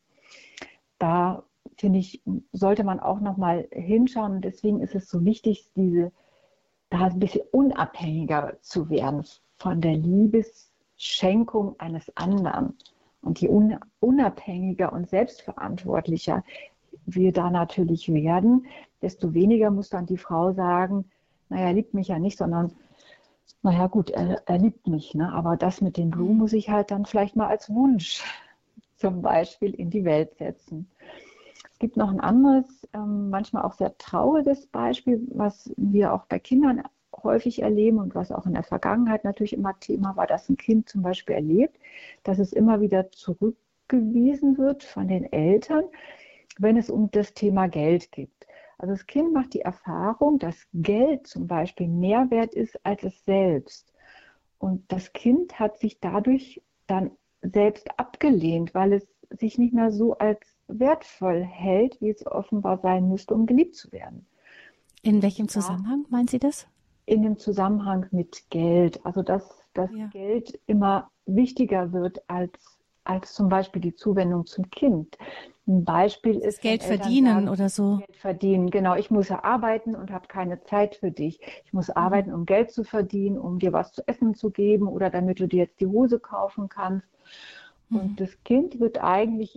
Da finde ich, sollte man auch nochmal hinschauen. Und deswegen ist es so wichtig, diese, da ein bisschen unabhängiger zu werden von der Liebesschenkung eines anderen. Und je un, unabhängiger und selbstverantwortlicher wir da natürlich werden, desto weniger muss dann die Frau sagen, naja, er liebt mich ja nicht, sondern naja gut, er, er liebt mich, ne? Aber das mit den Blumen muss ich halt dann vielleicht mal als Wunsch zum Beispiel in die Welt setzen. Es gibt noch ein anderes, ähm, manchmal auch sehr trauriges Beispiel, was wir auch bei Kindern häufig erleben und was auch in der Vergangenheit natürlich immer Thema war, dass ein Kind zum Beispiel erlebt, dass es immer wieder zurückgewiesen wird von den Eltern, wenn es um das Thema Geld geht. Also das Kind macht die Erfahrung, dass Geld zum Beispiel mehr wert ist als es selbst. Und das Kind hat sich dadurch dann selbst abgelehnt, weil es sich nicht mehr so als wertvoll hält, wie es offenbar sein müsste, um geliebt zu werden. In welchem Zusammenhang meint Sie das? In dem Zusammenhang mit Geld. Also dass das Ja. Geld immer wichtiger wird als, als zum Beispiel die Zuwendung zum Kind. Ein Beispiel Das ist, Geld wenn Eltern verdienen sagen, oder so. Geld verdienen. Genau, ich muss ja arbeiten und habe keine Zeit für dich. Ich muss arbeiten, um Geld zu verdienen, um dir was zu essen zu geben oder damit du dir jetzt die Hose kaufen kannst. Mhm. Und das Kind wird eigentlich,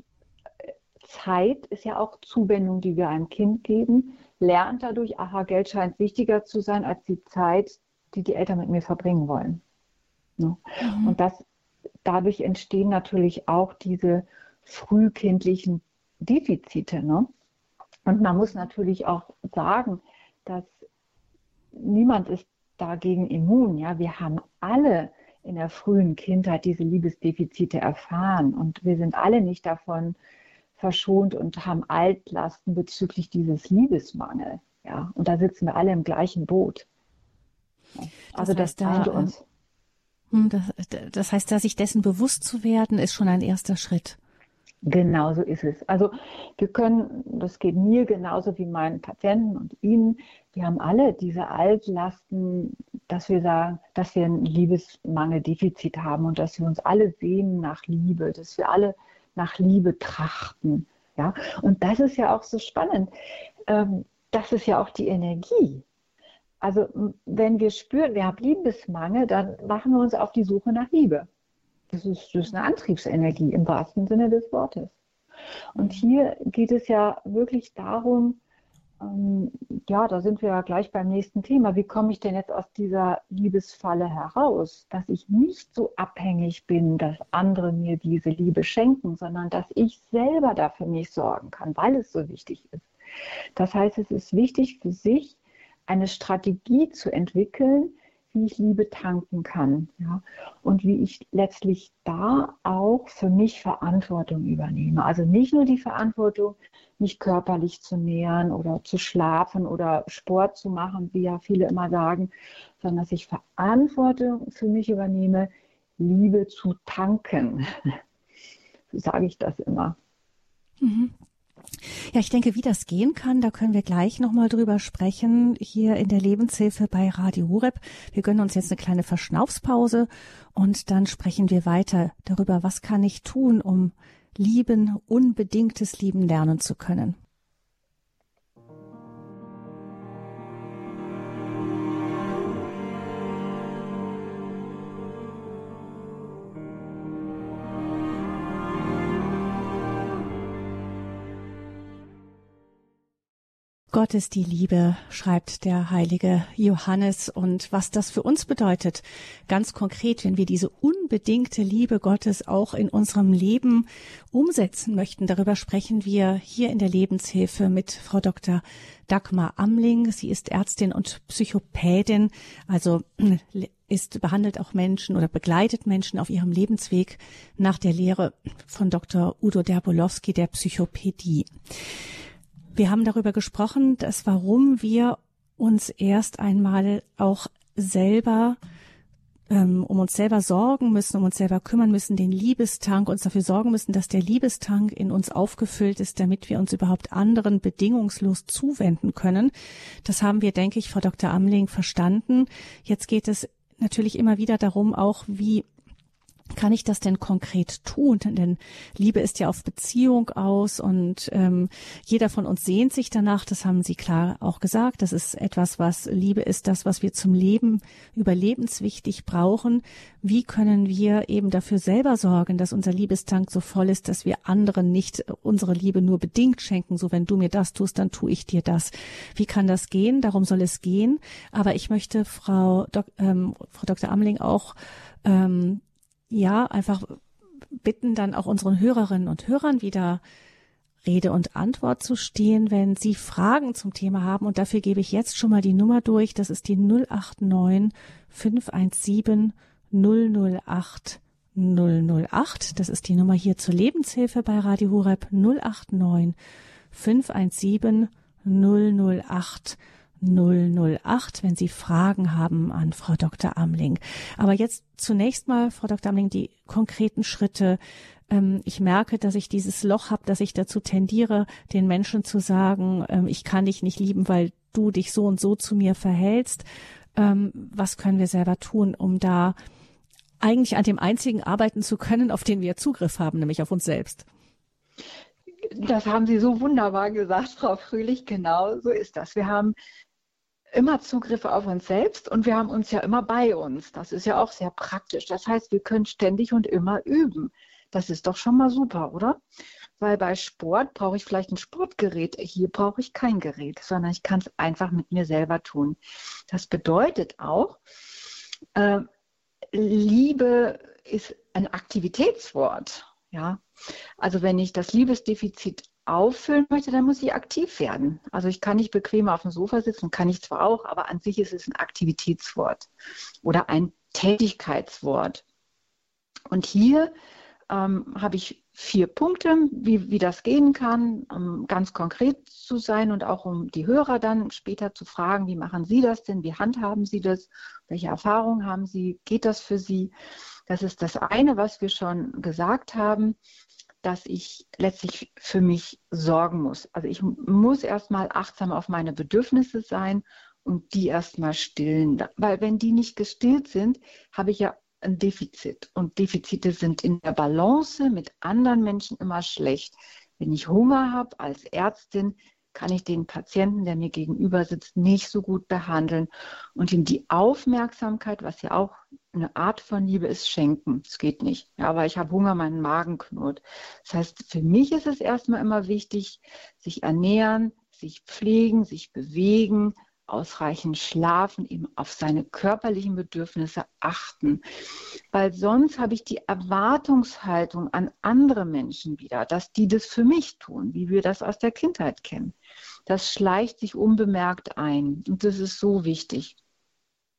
Zeit ist ja auch Zuwendung, die wir einem Kind geben, lernt dadurch, aha, Geld scheint wichtiger zu sein als die Zeit, die die Eltern mit mir verbringen wollen. Ne? Mhm. Und das, dadurch entstehen natürlich auch diese frühkindlichen Defizite. Ne? Und man muss natürlich auch sagen, dass niemand ist dagegen immun. Ja? Wir haben alle in der frühen Kindheit diese Liebesdefizite erfahren und wir sind alle nicht davon verschont und haben Altlasten bezüglich dieses Liebesmangel. Ja? Und da sitzen wir alle im gleichen Boot. Ja? Also Das das, heißt, da, eint uns. hm, das, das heißt, da sich dessen bewusst zu werden, ist schon ein erster Schritt. Genau so ist es. Also wir können, das geht mir genauso wie meinen Patienten und Ihnen, wir haben alle diese Altlasten, dass wir sagen, dass wir ein Liebesmangeldefizit haben und dass wir uns alle sehnen nach Liebe, dass wir alle nach Liebe trachten. Ja? Und das ist ja auch so spannend. Ähm, das ist ja auch die Energie. Also wenn wir spüren, wir haben Liebesmangel, dann machen wir uns auf die Suche nach Liebe. Das ist, das ist eine Antriebsenergie im wahrsten Sinne des Wortes. Und hier geht es ja wirklich darum, ähm, ja, da sind wir ja gleich beim nächsten Thema. Wie komme ich denn jetzt aus dieser Liebesfalle heraus? Dass ich nicht so abhängig bin, dass andere mir diese Liebe schenken, sondern dass ich selber da für mich sorgen kann, weil es so wichtig ist. Das heißt, es ist wichtig für sich, eine Strategie zu entwickeln, wie ich Liebe tanken kann, ja, und wie ich letztlich da auch für mich Verantwortung übernehme. Also nicht nur die Verantwortung, mich körperlich zu nähern oder zu schlafen oder Sport zu machen, wie ja viele immer sagen, sondern dass ich Verantwortung für mich übernehme, Liebe zu tanken. So sage ich das immer. Mhm. Ja, ich denke, wie das gehen kann, da können wir gleich nochmal drüber sprechen, hier in der Lebenshilfe bei Radio Horeb. Wir gönnen uns jetzt eine kleine Verschnaufspause und dann sprechen wir weiter darüber, was kann ich tun, um lieben, unbedingtes Lieben lernen zu können. Gott ist die Liebe, schreibt der heilige Johannes. Und was das für uns bedeutet, ganz konkret, wenn wir diese unbedingte Liebe Gottes auch in unserem Leben umsetzen möchten, darüber sprechen wir hier in der Lebenshilfe mit Frau Doktor Dagmar Amling. Sie ist Ärztin und Psychopädin, also ist, behandelt auch Menschen oder begleitet Menschen auf ihrem Lebensweg nach der Lehre von Doktor Udo Derbolowski der Psychopädie. Wir haben darüber gesprochen, dass warum wir uns erst einmal auch selber, ähm, um uns selber sorgen müssen, um uns selber kümmern müssen, den Liebestank, uns dafür sorgen müssen, dass der Liebestank in uns aufgefüllt ist, damit wir uns überhaupt anderen bedingungslos zuwenden können. Das haben wir, denke ich, Frau Doktor Amling, verstanden. Jetzt geht es natürlich immer wieder darum, auch wie kann ich das denn konkret tun? Denn Liebe ist ja auf Beziehung aus und ähm, jeder von uns sehnt sich danach. Das haben Sie klar auch gesagt. Das ist etwas, was Liebe ist, das, was wir zum Leben überlebenswichtig brauchen. Wie können wir eben dafür selber sorgen, dass unser Liebestank so voll ist, dass wir anderen nicht unsere Liebe nur bedingt schenken? So, wenn du mir das tust, dann tue ich dir das. Wie kann das gehen? Darum soll es gehen. Aber ich möchte Frau, Dok- ähm, Frau Doktor Amling auch ähm, ja, einfach bitten, dann auch unseren Hörerinnen und Hörern wieder Rede und Antwort zu stehen, wenn Sie Fragen zum Thema haben. Und dafür gebe ich jetzt schon mal die Nummer durch. Das ist die null acht neun fünf eins sieben null null acht null null acht. Das ist die Nummer hier zur Lebenshilfe bei Radio Horeb null acht neun fünf eins sieben null null acht null null acht, wenn Sie Fragen haben an Frau Doktor Amling. Aber jetzt zunächst mal, Frau Doktor Amling, die konkreten Schritte. Ähm, ich merke, dass ich dieses Loch habe, dass ich dazu tendiere, den Menschen zu sagen, ähm, ich kann dich nicht lieben, weil du dich so und so zu mir verhältst. Ähm, was können wir selber tun, um da eigentlich an dem einzigen arbeiten zu können, auf den wir Zugriff haben, nämlich auf uns selbst? Das haben Sie so wunderbar gesagt, Frau Fröhlich. Genau so ist das. Wir haben immer Zugriffe auf uns selbst und wir haben uns ja immer bei uns. Das ist ja auch sehr praktisch. Das heißt, wir können ständig und immer üben. Das ist doch schon mal super, oder? Weil bei Sport brauche ich vielleicht ein Sportgerät. Hier brauche ich kein Gerät, sondern ich kann es einfach mit mir selber tun. Das bedeutet auch, äh, Liebe ist ein Aktivitätswort. Ja, also wenn ich das Liebesdefizit auffüllen möchte, dann muss ich aktiv werden. Also ich kann nicht bequem auf dem Sofa sitzen, kann ich zwar auch, aber an sich ist es ein Aktivitätswort oder ein Tätigkeitswort. Und hier ähm, habe ich vier Punkte, wie, wie das gehen kann, um ganz konkret zu sein und auch um die Hörer dann später zu fragen, wie machen Sie das denn, wie handhaben Sie das, welche Erfahrungen haben Sie, geht das für Sie? Das ist das eine, was wir schon gesagt haben, dass ich letztlich für mich sorgen muss. Also ich muss erstmal achtsam auf meine Bedürfnisse sein und die erstmal stillen. Weil wenn die nicht gestillt sind, habe ich ja ein Defizit. Und Defizite sind in der Balance mit anderen Menschen immer schlecht. Wenn ich Hunger habe als Ärztin, kann ich den Patienten, der mir gegenüber sitzt, nicht so gut behandeln und ihm die Aufmerksamkeit, was ja auch eine Art von Liebe ist, schenken. Das geht nicht. Ja, aber ich habe Hunger, mein Magen knurrt. Das heißt, für mich ist es erstmal immer wichtig, sich ernähren, sich pflegen, sich bewegen, ausreichend schlafen, eben auf seine körperlichen Bedürfnisse achten. Weil sonst habe ich die Erwartungshaltung an andere Menschen wieder, dass die das für mich tun, wie wir das aus der Kindheit kennen. Das schleicht sich unbemerkt ein und das ist so wichtig.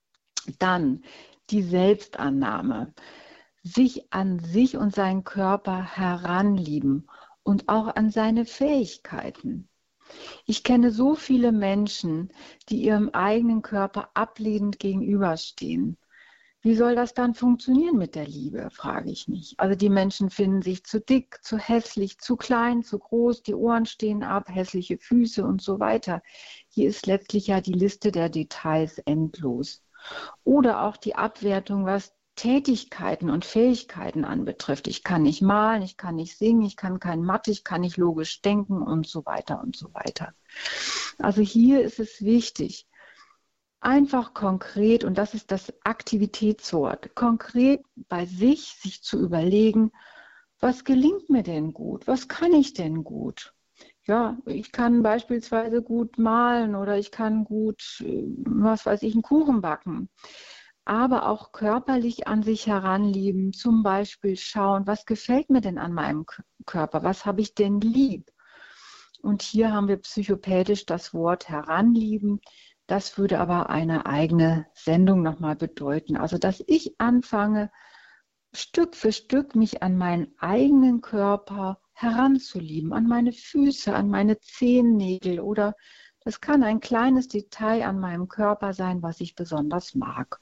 Dann die Selbstannahme, sich an sich und seinen Körper heranlieben und auch an seine Fähigkeiten. Ich kenne so viele Menschen, die ihrem eigenen Körper ablehnend gegenüberstehen. Wie soll das dann funktionieren mit der Liebe, frage ich mich. Also die Menschen finden sich zu dick, zu hässlich, zu klein, zu groß, die Ohren stehen ab, hässliche Füße und so weiter. Hier ist letztlich ja die Liste der Details endlos. Oder auch die Abwertung, was Tätigkeiten und Fähigkeiten anbetrifft. Ich kann nicht malen, ich kann nicht singen, ich kann kein Mathe, ich kann nicht logisch denken und so weiter und so weiter. Also hier ist es wichtig, einfach konkret, und das ist das Aktivitätswort, konkret bei sich, sich zu überlegen, was gelingt mir denn gut? Was kann ich denn gut? Ja, ich kann beispielsweise gut malen oder ich kann gut, was weiß ich, einen Kuchen backen. Aber auch körperlich an sich heranlieben, zum Beispiel schauen, was gefällt mir denn an meinem Körper? Was habe ich denn lieb? Und hier haben wir psychopädisch das Wort heranlieben. Das würde aber eine eigene Sendung nochmal bedeuten. Also, dass ich anfange, Stück für Stück mich an meinen eigenen Körper heranzulieben, an meine Füße, an meine Zehennägel oder das kann ein kleines Detail an meinem Körper sein, was ich besonders mag.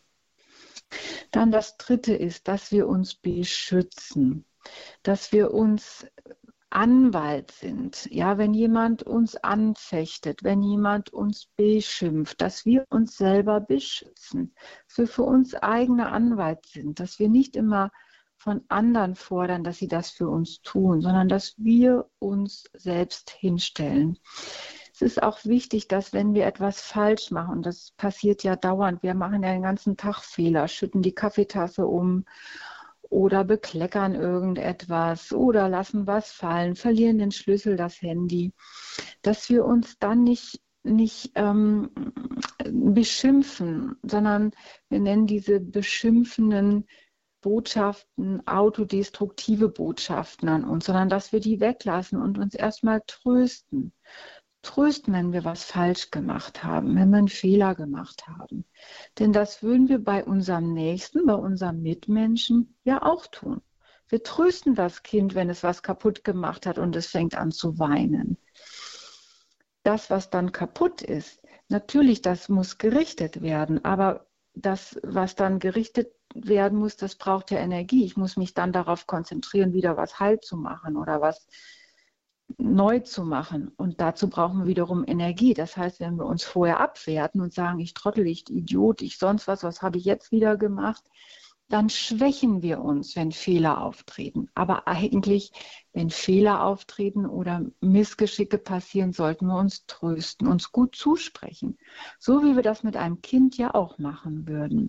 Dann das Dritte ist, dass wir uns beschützen, dass wir uns Anwalt sind. Ja, wenn jemand uns anfechtet, wenn jemand uns beschimpft, dass wir uns selber beschützen, dass wir für uns eigene Anwalt sind, dass wir nicht immer von anderen fordern, dass sie das für uns tun, sondern dass wir uns selbst hinstellen. Es ist auch wichtig, dass wenn wir etwas falsch machen, das passiert ja dauernd, wir machen ja den ganzen Tag Fehler, schütten die Kaffeetasse um oder bekleckern irgendetwas oder lassen was fallen, verlieren den Schlüssel, das Handy, dass wir uns dann nicht, nicht ähm, beschimpfen, sondern wir nennen diese beschimpfenden Botschaften autodestruktive Botschaften an uns, sondern dass wir die weglassen und uns erstmal trösten. Trösten, wenn wir was falsch gemacht haben, wenn wir einen Fehler gemacht haben. Denn das würden wir bei unserem Nächsten, bei unserem Mitmenschen ja auch tun. Wir trösten das Kind, wenn es was kaputt gemacht hat und es fängt an zu weinen. Das, was dann kaputt ist, natürlich, das muss gerichtet werden, aber das, was dann gerichtet werden muss, das braucht ja Energie. Ich muss mich dann darauf konzentrieren, wieder was heil zu machen oder was neu zu machen. Und dazu brauchen wir wiederum Energie. Das heißt, wenn wir uns vorher abwerten und sagen, ich Trottel, ich Idiot, ich sonst was, was habe ich jetzt wieder gemacht, dann schwächen wir uns, wenn Fehler auftreten. Aber eigentlich, wenn Fehler auftreten oder Missgeschicke passieren, sollten wir uns trösten, uns gut zusprechen. So wie wir das mit einem Kind ja auch machen würden.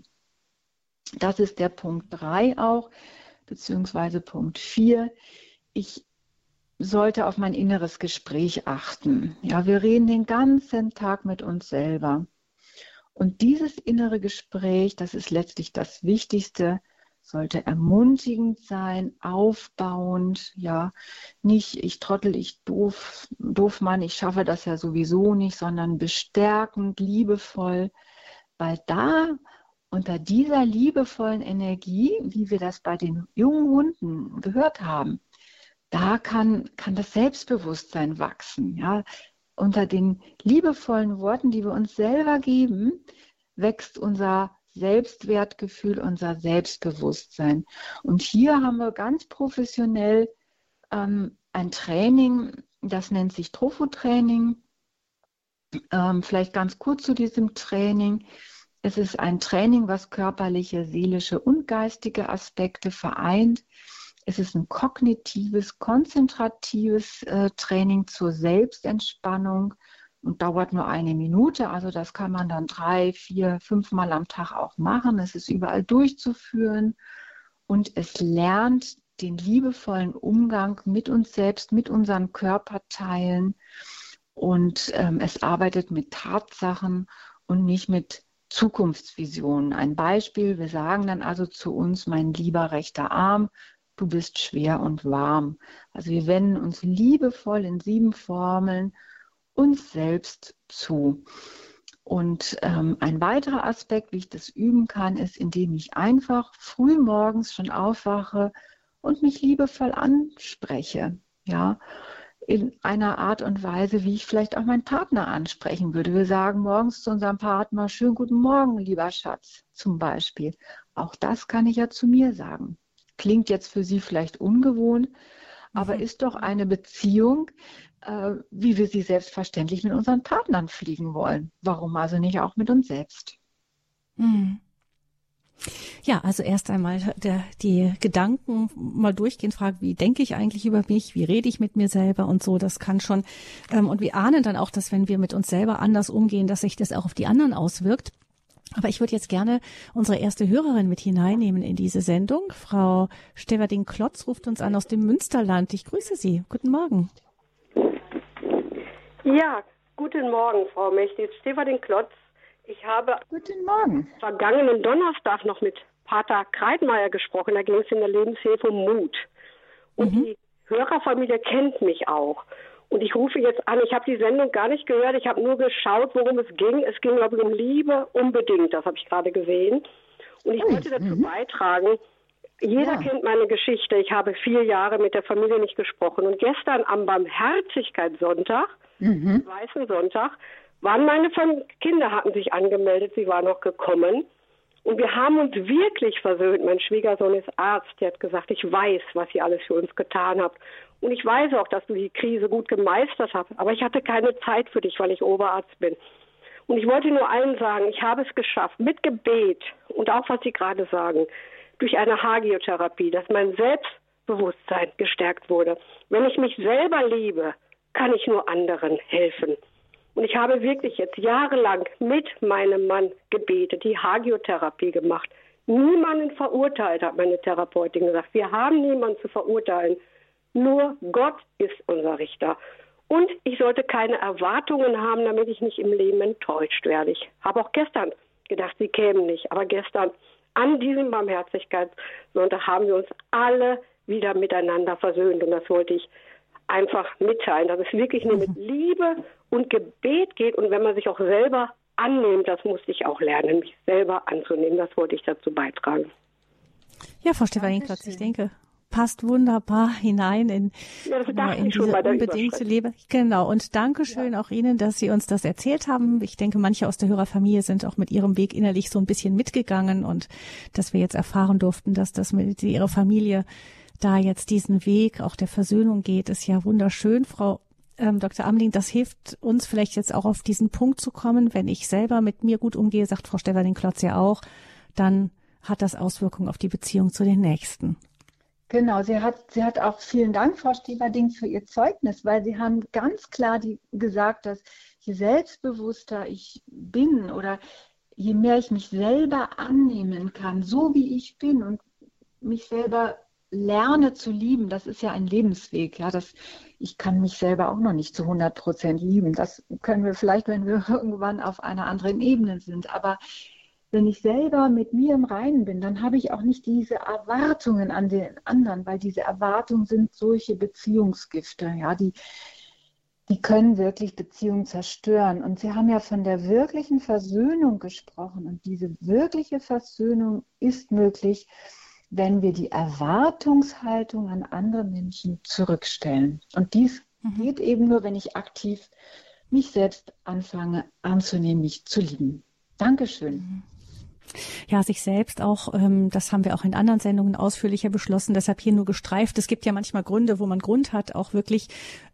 Das ist der Punkt drei auch, beziehungsweise Punkt vier. Ich sollte auf mein inneres Gespräch achten. Ja, wir reden den ganzen Tag mit uns selber. Und dieses innere Gespräch, das ist letztlich das Wichtigste, sollte ermutigend sein, aufbauend, ja, nicht ich Trottel, ich doof, doof Mann, ich schaffe das ja sowieso nicht, sondern bestärkend, liebevoll, weil da unter dieser liebevollen Energie, wie wir das bei den jungen Hunden gehört haben, da kann, kann das Selbstbewusstsein wachsen. Ja. Unter den liebevollen Worten, die wir uns selber geben, wächst unser Selbstwertgefühl, unser Selbstbewusstsein. Und hier haben wir ganz professionell ähm, ein Training, das nennt sich Tropho-Training. Ähm, vielleicht ganz kurz zu diesem Training. Es ist ein Training, was körperliche, seelische und geistige Aspekte vereint. Es ist ein kognitives, konzentratives äh, Training zur Selbstentspannung und dauert nur eine Minute. Also das kann man dann drei, vier, fünf Mal am Tag auch machen. Es ist überall durchzuführen und es lernt den liebevollen Umgang mit uns selbst, mit unseren Körperteilen und ähm, es arbeitet mit Tatsachen und nicht mit Zukunftsvisionen. Ein Beispiel, wir sagen dann also zu uns, mein lieber rechter Arm, du bist schwer und warm. Also wir wenden uns liebevoll in sieben Formeln uns selbst zu. Und ähm, ein weiterer Aspekt, wie ich das üben kann, ist, indem ich einfach früh morgens schon aufwache und mich liebevoll anspreche. Ja, in einer Art und Weise, wie ich vielleicht auch meinen Partner ansprechen würde. Wir sagen morgens zu unserem Partner, schönen guten Morgen, lieber Schatz, zum Beispiel. Auch das kann ich ja zu mir sagen. Klingt jetzt für Sie vielleicht ungewohnt, aber Mhm. ist doch eine Beziehung, äh, wie wir sie selbstverständlich mit unseren Partnern pflegen wollen. Warum also nicht auch mit uns selbst? Mhm. Ja, also erst einmal der, die Gedanken mal durchgehen, fragen, wie denke ich eigentlich über mich, wie rede ich mit mir selber und so, das kann schon, ähm, und wir ahnen dann auch, dass wenn wir mit uns selber anders umgehen, dass sich das auch auf die anderen auswirkt. Aber ich würde jetzt gerne unsere erste Hörerin mit hineinnehmen in diese Sendung. Frau Steverding-Klotz ruft uns an aus dem Münsterland. Ich grüße Sie. Guten Morgen. Ja, guten Morgen, Frau Mächtig. Steverding-Klotz. Ich habe Guten Morgen. vergangenen Donnerstag noch mit Pater Kreitmeier gesprochen. Da ging es in der Lebenshilfe um Mut. Und mhm. die Hörerfamilie kennt mich auch. Und ich rufe jetzt an, ich habe die Sendung gar nicht gehört, ich habe nur geschaut, worum es ging. Es ging, glaube ich, um Liebe unbedingt, das habe ich gerade gesehen. Und ich Ui, wollte dazu mhm. beitragen, jeder ja. kennt meine Geschichte. Ich habe vier Jahre mit der Familie nicht gesprochen. Und gestern am Barmherzigkeitssonntag, mhm. Weißen Sonntag, waren meine Kinder, hatten sich angemeldet, sie waren noch gekommen. Und wir haben uns wirklich versöhnt. Mein Schwiegersohn ist Arzt, der hat gesagt, ich weiß, was ihr alles für uns getan habt. Und ich weiß auch, dass du die Krise gut gemeistert hast. Aber ich hatte keine Zeit für dich, weil ich Oberarzt bin. Und ich wollte nur allen sagen, ich habe es geschafft, mit Gebet und auch, was Sie gerade sagen, durch eine Hagiotherapie, dass mein Selbstbewusstsein gestärkt wurde. Wenn ich mich selber liebe, kann ich nur anderen helfen. Und ich habe wirklich jetzt jahrelang mit meinem Mann gebetet, die Hagiotherapie gemacht. Niemanden verurteilt, hat meine Therapeutin gesagt. Wir haben niemanden zu verurteilen. Nur Gott ist unser Richter. Und ich sollte keine Erwartungen haben, damit ich nicht im Leben enttäuscht werde. Ich habe auch gestern gedacht, sie kämen nicht. Aber gestern an diesem Barmherzigkeitssonntag haben wir uns alle wieder miteinander versöhnt. Und das wollte ich einfach mitteilen, dass es wirklich nur mit Liebe und Gebet geht. Und wenn man sich auch selber annimmt, das musste ich auch lernen, mich selber anzunehmen. Das wollte ich dazu beitragen. Ja, Frau Steverding-Klotz, ich denke, passt wunderbar hinein in, ja, das in diese unbedingte Liebe. Genau. Und Dankeschön ja. auch Ihnen, dass Sie uns das erzählt haben. Ich denke, manche aus der Hörerfamilie sind auch mit ihrem Weg innerlich so ein bisschen mitgegangen und dass wir jetzt erfahren durften, dass das mit Ihrer Familie da jetzt diesen Weg auch der Versöhnung geht, ist ja wunderschön. Frau ähm, Doktor Amling, das hilft uns vielleicht jetzt auch auf diesen Punkt zu kommen. Wenn ich selber mit mir gut umgehe, sagt Frau Steverding-Klotz ja auch, dann hat das Auswirkungen auf die Beziehung zu den Nächsten. Genau, sie hat, sie hat auch vielen Dank, Frau Steverding, für Ihr Zeugnis, weil Sie haben ganz klar die, gesagt, dass je selbstbewusster ich bin oder je mehr ich mich selber annehmen kann, so wie ich bin und mich selber lerne zu lieben, das ist ja ein Lebensweg. Ja, das, ich kann mich selber auch noch nicht zu hundert Prozent lieben. Das können wir vielleicht, wenn wir irgendwann auf einer anderen Ebene sind. Aber wenn ich selber mit mir im Reinen bin, dann habe ich auch nicht diese Erwartungen an den anderen, weil diese Erwartungen sind solche Beziehungsgifte, ja, die, die können wirklich Beziehungen zerstören. Und Sie haben ja von der wirklichen Versöhnung gesprochen. Und diese wirkliche Versöhnung ist möglich, wenn wir die Erwartungshaltung an andere Menschen zurückstellen. Und dies mhm. geht eben nur, wenn ich aktiv mich selbst anfange anzunehmen, mich zu lieben. Dankeschön. Mhm. Ja, sich selbst auch, ähm, das haben wir auch in anderen Sendungen ausführlicher beschlossen, deshalb hier nur gestreift. Es gibt ja manchmal Gründe, wo man Grund hat, auch wirklich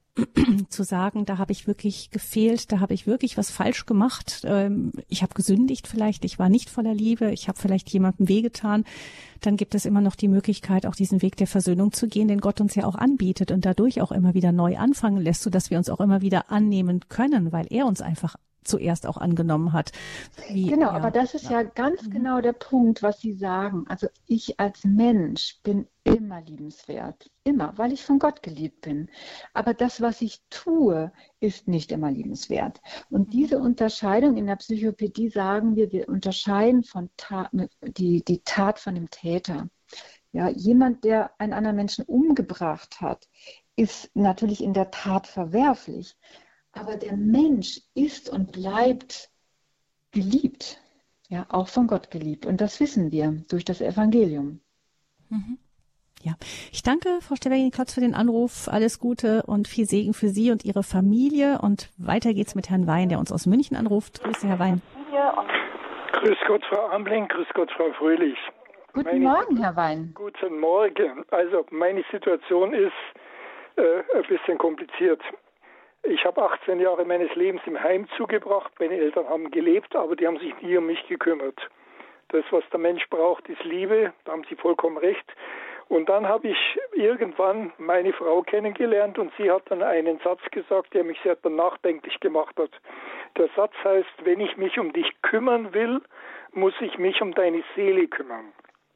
zu sagen, da habe ich wirklich gefehlt, da habe ich wirklich was falsch gemacht, ähm, ich habe gesündigt vielleicht, ich war nicht voller Liebe, ich habe vielleicht jemandem wehgetan, dann gibt es immer noch die Möglichkeit, auch diesen Weg der Versöhnung zu gehen, den Gott uns ja auch anbietet und dadurch auch immer wieder neu anfangen lässt, sodass wir uns auch immer wieder annehmen können, weil er uns einfach zuerst auch angenommen hat. Wie, genau, ja, aber das ist ja, ja ganz mhm. genau der Punkt, was Sie sagen. Also ich als Mensch bin immer liebenswert, immer, weil ich von Gott geliebt bin. Aber das, was ich tue, ist nicht immer liebenswert. Und mhm. diese Unterscheidung in der Psychopädie sagen wir, wir unterscheiden von Tat, die, die Tat von dem Täter. Ja, jemand, der einen anderen Menschen umgebracht hat, ist natürlich in der Tat verwerflich. Aber der Mensch ist und bleibt geliebt, ja, auch von Gott geliebt. Und das wissen wir durch das Evangelium. Mhm. Ja, ich danke Frau Steverin-Klotz für den Anruf. Alles Gute und viel Segen für Sie und Ihre Familie. Und weiter geht's mit Herrn Wein, der uns aus München anruft. Grüße, Herr Wein. Grüß Gott, Frau Ambling. Grüß Gott, Frau Fröhlich. Guten meine, Morgen, Herr Wein. Guten Morgen. Also meine Situation ist äh, ein bisschen kompliziert. Ich habe achtzehn Jahre meines Lebens im Heim zugebracht. Meine Eltern haben gelebt, aber die haben sich nie um mich gekümmert. Das, was der Mensch braucht, ist Liebe. Da haben Sie vollkommen recht. Und dann habe ich irgendwann meine Frau kennengelernt und sie hat dann einen Satz gesagt, der mich sehr nachdenklich gemacht hat. Der Satz heißt, wenn ich mich um dich kümmern will, muss ich mich um deine Seele kümmern.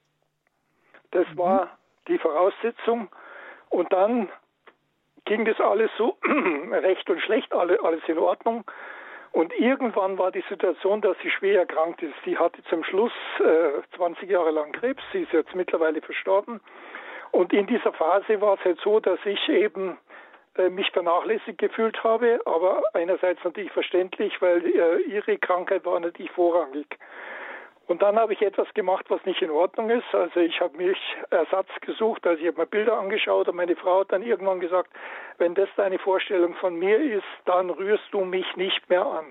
Das mhm. war die Voraussetzung. Und dann ging das alles so recht und schlecht, alles in Ordnung. Und irgendwann war die Situation, dass sie schwer erkrankt ist. Sie hatte zum Schluss äh, zwanzig Jahre lang Krebs, sie ist jetzt mittlerweile verstorben. Und in dieser Phase war es halt so, dass ich eben äh, mich vernachlässigt gefühlt habe, aber einerseits natürlich verständlich, weil äh, ihre Krankheit war natürlich vorrangig. Und dann habe ich etwas gemacht, was nicht in Ordnung ist. Also ich habe mich Ersatz gesucht, also ich habe mir Bilder angeschaut und meine Frau hat dann irgendwann gesagt, wenn das deine Vorstellung von mir ist, dann rührst du mich nicht mehr an.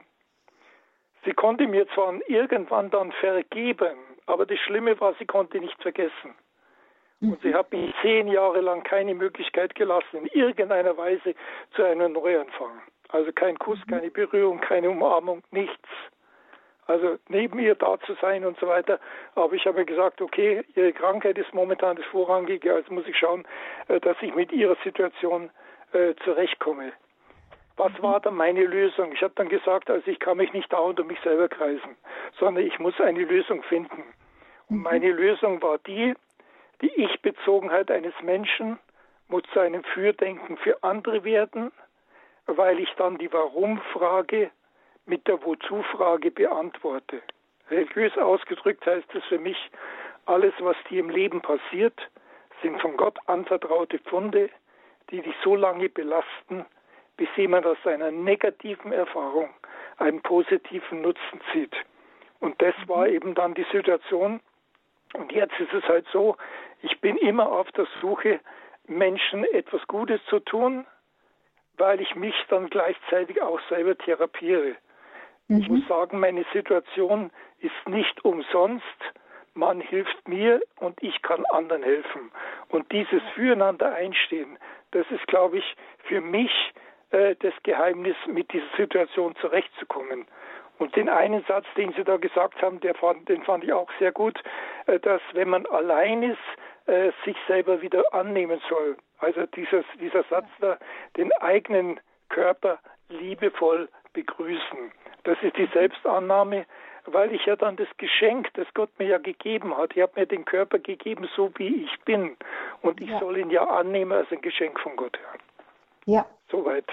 Sie konnte mir zwar irgendwann dann vergeben, aber das Schlimme war, sie konnte nicht vergessen. Und sie hat mich zehn Jahre lang keine Möglichkeit gelassen, in irgendeiner Weise zu einem Neuanfang. Also kein Kuss, keine Berührung, keine Umarmung, nichts. Also neben ihr da zu sein und so weiter. Aber ich habe gesagt, okay, ihre Krankheit ist momentan das Vorrangige, also muss ich schauen, dass ich mit ihrer Situation äh, zurechtkomme. Was war dann meine Lösung? Ich habe dann gesagt, also ich kann mich nicht dauernd um mich selber kreisen, sondern ich muss eine Lösung finden. Und meine Lösung war die, die Ich-Bezogenheit eines Menschen muss zu einem Fürdenken für andere werden, weil ich dann die Warum-Frage mit der Wozu-Frage beantworte. Religiös ausgedrückt heißt es für mich, alles, was dir im Leben passiert, sind von Gott anvertraute Pfunde, die dich so lange belasten, bis jemand aus einer negativen Erfahrung einen positiven Nutzen zieht. Und das war eben dann die Situation. Und jetzt ist es halt so, ich bin immer auf der Suche, Menschen etwas Gutes zu tun, weil ich mich dann gleichzeitig auch selber therapiere. Mhm. Ich muss sagen, meine Situation ist nicht umsonst. Man hilft mir und ich kann anderen helfen. Und dieses Füreinander einstehen, das ist, glaube ich, für mich äh, das Geheimnis, mit dieser Situation zurechtzukommen. Und den einen Satz, den Sie da gesagt haben, der fand, den fand ich auch sehr gut, äh, dass wenn man allein ist, äh, sich selber wieder annehmen soll. Also dieses, dieser Satz da, den eigenen Körper liebevoll begrüßen. Das ist die Selbstannahme, weil ich ja dann das Geschenk, das Gott mir ja gegeben hat, ich habe mir den Körper gegeben, so wie ich bin. Und ich ja. soll ihn ja annehmen als ein Geschenk von Gott. Ja. Soweit.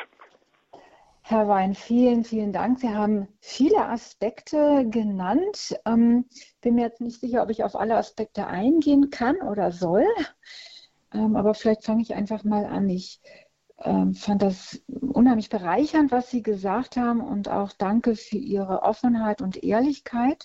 Herr Wein, vielen, vielen Dank. Sie haben viele Aspekte genannt. Ähm, bin mir jetzt nicht sicher, ob ich auf alle Aspekte eingehen kann oder soll. Ähm, aber vielleicht fange ich einfach mal an. Ich ähm, fand das unheimlich bereichernd, was Sie gesagt haben, und auch danke für Ihre Offenheit und Ehrlichkeit.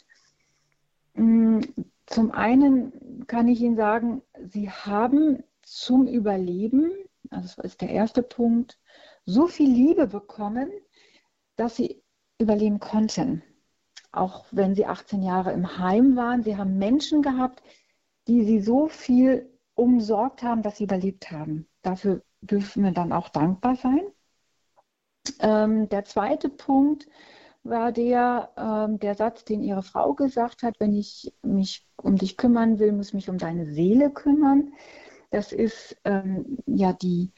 Ähm, zum einen kann ich Ihnen sagen, Sie haben zum Überleben, also das ist der erste Punkt, so viel Liebe bekommen, dass sie überleben konnten. Auch wenn sie achtzehn Jahre im Heim waren. Sie haben Menschen gehabt, die sie so viel umsorgt haben, dass sie überlebt haben. Dafür dürfen wir dann auch dankbar sein. Ähm, der zweite Punkt war der, ähm, der Satz, den Ihre Frau gesagt hat, wenn ich mich um dich kümmern will, muss ich mich um deine Seele kümmern. Das ist ähm, ja die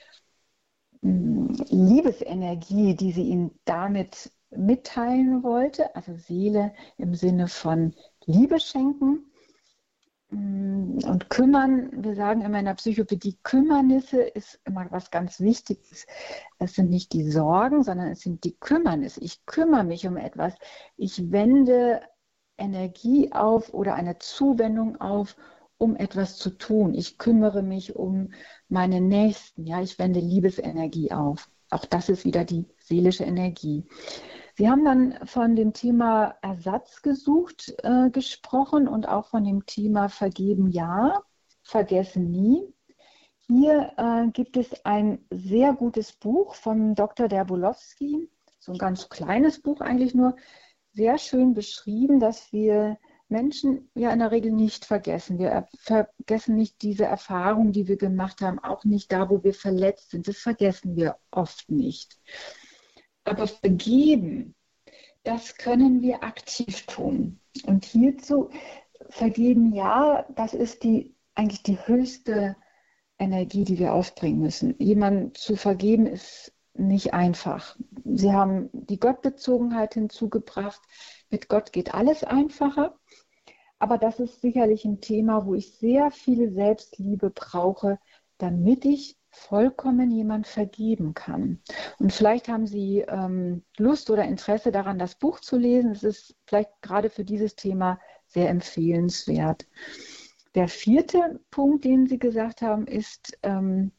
Liebesenergie, die sie ihnen damit mitteilen wollte, also Seele im Sinne von Liebe schenken und kümmern. Wir sagen immer in der Psychopädie, Kümmernisse ist immer was ganz Wichtiges. Es sind nicht die Sorgen, sondern es sind die Kümmernisse. Ich kümmere mich um etwas. Ich wende Energie auf oder eine Zuwendung auf, um etwas zu tun. Ich kümmere mich um meine Nächsten. Ja, ich wende Liebesenergie auf. Auch das ist wieder die seelische Energie. Sie haben dann von dem Thema Ersatz gesucht äh, gesprochen und auch von dem Thema Vergeben ja, vergessen nie. Hier äh, gibt es ein sehr gutes Buch vom Doktor Derbolowski, so ein ganz kleines Buch eigentlich nur, sehr schön beschrieben, dass wir Menschen ja in der Regel nicht vergessen. Wir vergessen nicht diese Erfahrung, die wir gemacht haben, auch nicht da, wo wir verletzt sind. Das vergessen wir oft nicht. Aber vergeben, das können wir aktiv tun. Und hierzu vergeben, ja, das ist die eigentlich die höchste Energie, die wir aufbringen müssen. Jemandem zu vergeben ist nicht einfach. Sie haben die Gottbezogenheit hinzugebracht. Mit Gott geht alles einfacher. Aber das ist sicherlich ein Thema, wo ich sehr viel Selbstliebe brauche, damit ich vollkommen jemand vergeben kann. Und vielleicht haben Sie ähm, Lust oder Interesse daran, das Buch zu lesen. Es ist vielleicht gerade für dieses Thema sehr empfehlenswert. Der vierte Punkt, den Sie gesagt haben, ist ähm,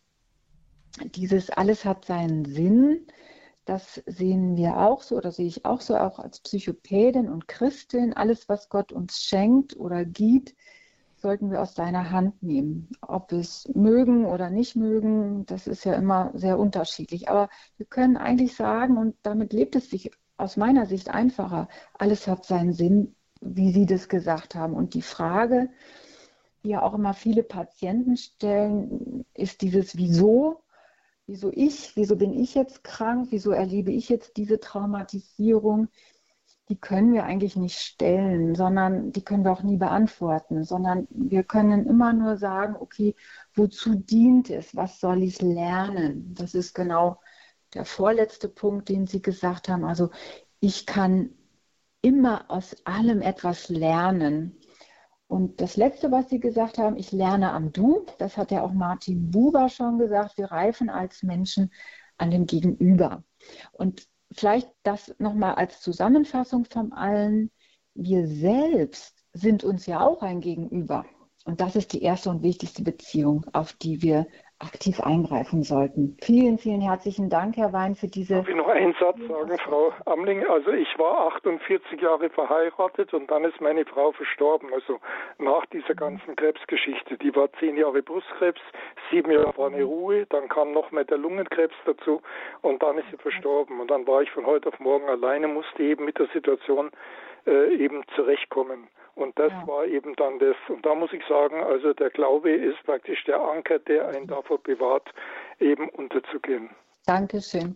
dieses alles hat seinen Sinn. Das sehen wir auch so oder sehe ich auch so, auch als Psychopädin und Christin. Alles, was Gott uns schenkt oder gibt, sollten wir aus seiner Hand nehmen. Ob wir es mögen oder nicht mögen, das ist ja immer sehr unterschiedlich. Aber wir können eigentlich sagen, und damit lebt es sich aus meiner Sicht einfacher, alles hat seinen Sinn, wie Sie das gesagt haben. Und die Frage, die ja auch immer viele Patienten stellen, ist dieses Wieso? Wieso ich? Wieso bin ich jetzt krank? Wieso erlebe ich jetzt diese Traumatisierung? Die können wir eigentlich nicht stellen, sondern die können wir auch nie beantworten, sondern wir können immer nur sagen, okay, wozu dient es? Was soll ich lernen? Das ist genau der vorletzte Punkt, den Sie gesagt haben. Also ich kann immer aus allem etwas lernen. Und das Letzte, was Sie gesagt haben, ich lerne am Du, das hat ja auch Martin Buber schon gesagt, wir reifen als Menschen an dem Gegenüber. Und vielleicht das nochmal als Zusammenfassung von allen, wir selbst sind uns ja auch ein Gegenüber. Und das ist die erste und wichtigste Beziehung, auf die wir aktiv eingreifen sollten. Vielen, vielen herzlichen Dank, Herr Wein, für diese... Darf ich noch einen Satz sagen, Frau Amling? Also ich war achtundvierzig Jahre verheiratet und dann ist meine Frau verstorben. Also nach dieser ganzen Krebsgeschichte. Die war zehn Jahre Brustkrebs, sieben Jahre war eine Ruhe, dann kam noch mal der Lungenkrebs dazu und dann ist sie verstorben. Und dann war ich von heute auf morgen alleine, musste eben mit der Situation äh, eben zurechtkommen. Und das ja. war eben dann das. Und da muss ich sagen, also der Glaube ist praktisch der Anker, der einen davor bewahrt, eben unterzugehen. Dankeschön.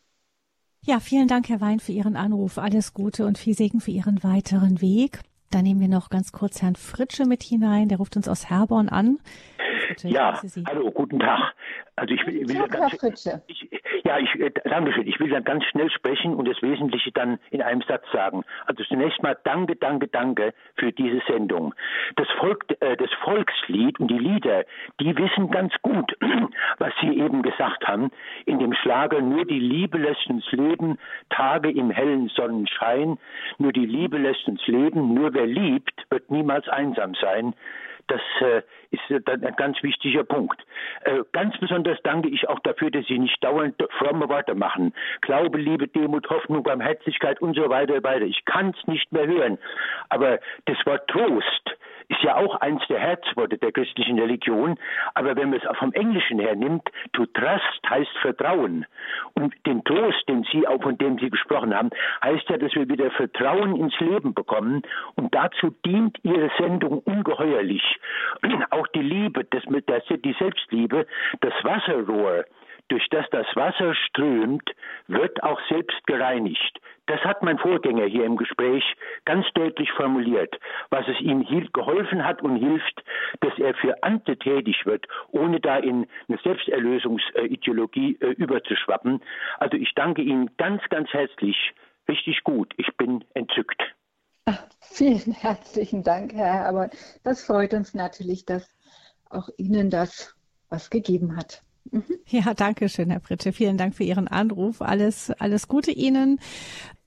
Ja, vielen Dank, Herr Wein, für Ihren Anruf. Alles Gute und viel Segen für Ihren weiteren Weg. Dann nehmen wir noch ganz kurz Herrn Fritsche mit hinein. Der ruft uns aus Herborn an. Fritsche, ja, hallo, guten Tag. Also ich will, will Tag, ganz, Herr Fritsche. Ich, ja, ich, äh, danke schön. Ich will dann ganz schnell sprechen und das Wesentliche dann in einem Satz sagen. Also zunächst mal danke, danke, danke für diese Sendung. Das Volk, äh, das Volkslied und die Lieder, die wissen ganz gut, was Sie eben gesagt haben. In dem Schlager, nur die Liebe lässt uns leben, Tage im hellen Sonnenschein. Nur die Liebe lässt uns leben, nur wer liebt, wird niemals einsam sein. Das äh, ist dann ein ganz wichtiger Punkt. Äh, ganz besonders danke ich auch dafür, dass Sie nicht dauernd fromme Worte machen. Glaube, Liebe, Demut, Hoffnung, Barmherzigkeit und so weiter, weiter. Ich kann es nicht mehr hören. Aber das Wort Trost ist ja auch eins der Herzworte der christlichen Religion. Aber wenn man es auch vom Englischen her nimmt, to trust heißt Vertrauen. Und den Trost, den Sie auch von dem Sie gesprochen haben, heißt ja, dass wir wieder Vertrauen ins Leben bekommen. Und dazu dient Ihre Sendung ungeheuerlich. Auch die Liebe, das mit der, die Selbstliebe, das Wasserrohr, durch das das Wasser strömt, wird auch selbst gereinigt. Das hat mein Vorgänger hier im Gespräch ganz deutlich formuliert, was es ihm geholfen hat und hilft, dass er für andere tätig wird, ohne da in eine Selbsterlösungsideologie äh, überzuschwappen. Also ich danke Ihnen ganz, ganz herzlich. Richtig gut. Ich bin entzückt. Ach, vielen herzlichen Dank, Herr. Aber das freut uns natürlich, dass auch Ihnen das was gegeben hat. Mhm. Ja, danke schön, Herr Fritsche. Vielen Dank für Ihren Anruf. Alles, alles Gute Ihnen.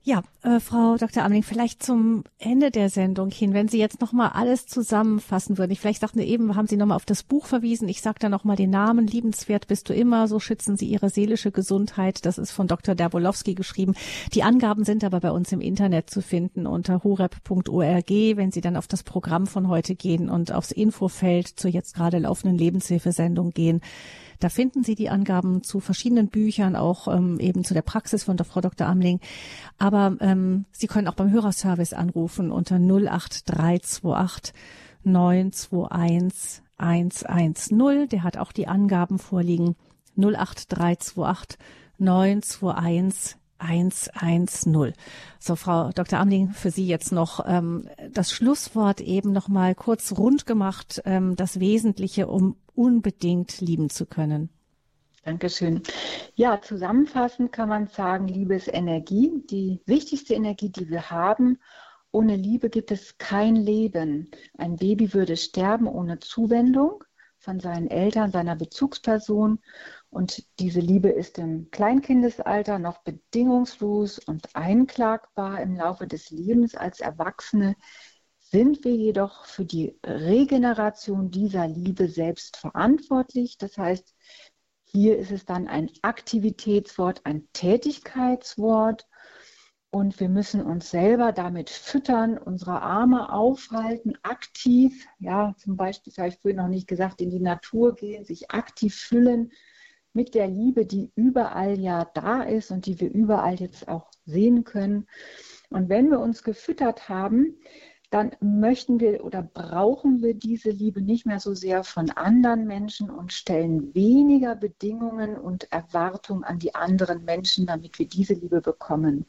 Ja, äh, Frau Doktor Amling, vielleicht zum Ende der Sendung hin, wenn Sie jetzt nochmal alles zusammenfassen würden. Ich vielleicht sagten Sie eben, haben Sie nochmal auf das Buch verwiesen. Ich sage da nochmal den Namen. Liebenswert bist du immer, so schützen Sie Ihre seelische Gesundheit. Das ist von Doktor Derbolowski geschrieben. Die Angaben sind aber bei uns im Internet zu finden unter horeb punkt org. Wenn Sie dann auf das Programm von heute gehen und aufs Infofeld zur jetzt gerade laufenden Lebenshilfesendung gehen, da finden Sie die Angaben zu verschiedenen Büchern, auch ähm, eben zu der Praxis von der Frau Doktor Amling. Aber ähm, Sie können auch beim Hörerservice anrufen unter null acht drei zwei acht neun zwei eins eins eins null. Der hat auch die Angaben vorliegen. null acht drei zwei acht neun zwei eins eins eins null. So, Frau Doktor Amling, für Sie jetzt noch ähm, das Schlusswort eben noch mal kurz rund gemacht, ähm, das Wesentliche, um unbedingt lieben zu können. Dankeschön. Ja, zusammenfassend kann man sagen, Liebe ist Energie, die wichtigste Energie, die wir haben. Ohne Liebe gibt es kein Leben. Ein Baby würde sterben ohne Zuwendung von seinen Eltern, seiner Bezugsperson. Und diese Liebe ist im Kleinkindesalter noch bedingungslos und einklagbar. Im Laufe des Lebens als Erwachsene sind wir jedoch für die Regeneration dieser Liebe selbst verantwortlich. Das heißt, hier ist es dann ein Aktivitätswort, ein Tätigkeitswort. Und wir müssen uns selber damit füttern, unsere Arme aufhalten, aktiv, ja, zum Beispiel, das habe ich vorhin noch nicht gesagt, in die Natur gehen, sich aktiv füllen mit der Liebe, die überall ja da ist und die wir überall jetzt auch sehen können. Und wenn wir uns gefüttert haben, dann möchten wir oder brauchen wir diese Liebe nicht mehr so sehr von anderen Menschen und stellen weniger Bedingungen und Erwartungen an die anderen Menschen, damit wir diese Liebe bekommen.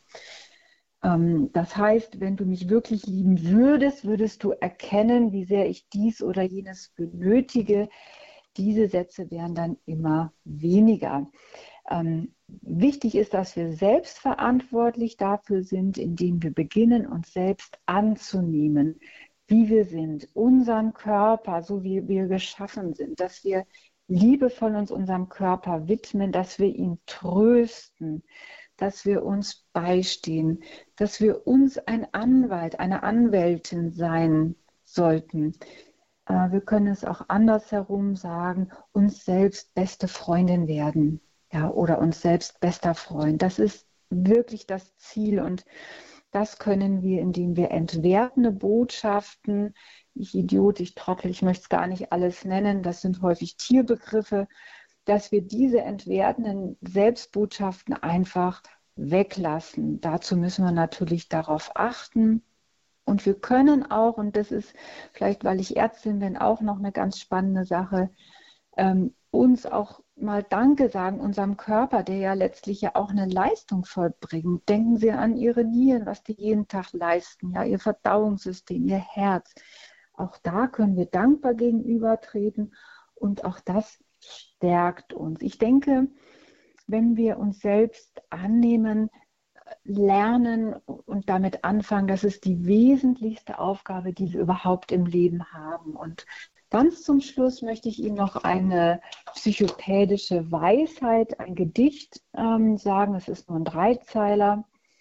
Das heißt, wenn du mich wirklich lieben würdest, würdest du erkennen, wie sehr ich dies oder jenes benötige. Diese Sätze wären dann immer weniger. Ähm, wichtig ist, dass wir selbstverantwortlich dafür sind, indem wir beginnen, uns selbst anzunehmen, wie wir sind, unseren Körper, so wie wir geschaffen sind, dass wir liebevoll uns unserem Körper widmen, dass wir ihn trösten, dass wir uns beistehen, dass wir uns ein Anwalt, eine Anwältin sein sollten. Wir können es auch andersherum sagen, uns selbst beste Freundin werden, ja, oder uns selbst bester Freund. Das ist wirklich das Ziel und das können wir, indem wir entwertende Botschaften, ich Idiot, ich Trottel, ich möchte es gar nicht alles nennen, das sind häufig Tierbegriffe, dass wir diese entwertenden Selbstbotschaften einfach weglassen. Dazu müssen wir natürlich darauf achten. Und wir können auch, und das ist vielleicht, weil ich Ärztin bin, auch noch eine ganz spannende Sache, ähm, uns auch mal Danke sagen, unserem Körper, der ja letztlich ja auch eine Leistung vollbringt. Denken Sie an Ihre Nieren, was die jeden Tag leisten, ja, Ihr Verdauungssystem, Ihr Herz. Auch da können wir dankbar gegenübertreten und auch das stärkt uns. Ich denke, wenn wir uns selbst annehmen, lernen und damit anfangen, das ist die wesentlichste Aufgabe, die wir überhaupt im Leben haben. Und ganz zum Schluss möchte ich Ihnen noch eine psychopädische Weisheit, ein Gedicht ähm, sagen. Es ist nur ein Dreizeiler.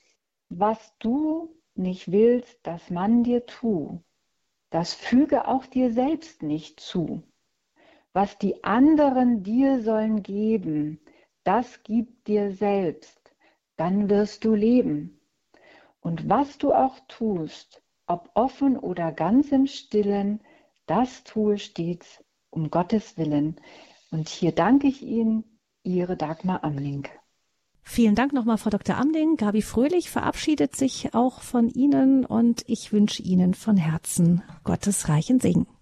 Was du nicht willst, dass man dir tu, das füge auch dir selbst nicht zu. Was die anderen dir sollen geben, das gib dir selbst. Dann wirst du leben. Und was du auch tust, ob offen oder ganz im Stillen, das tue stets um Gottes Willen. Und hier danke ich Ihnen, Ihre Dagmar Amling. Vielen Dank nochmal, Frau Doktor Amling. Gabi Fröhlich verabschiedet sich auch von Ihnen und ich wünsche Ihnen von Herzen Gottes reichen Segen.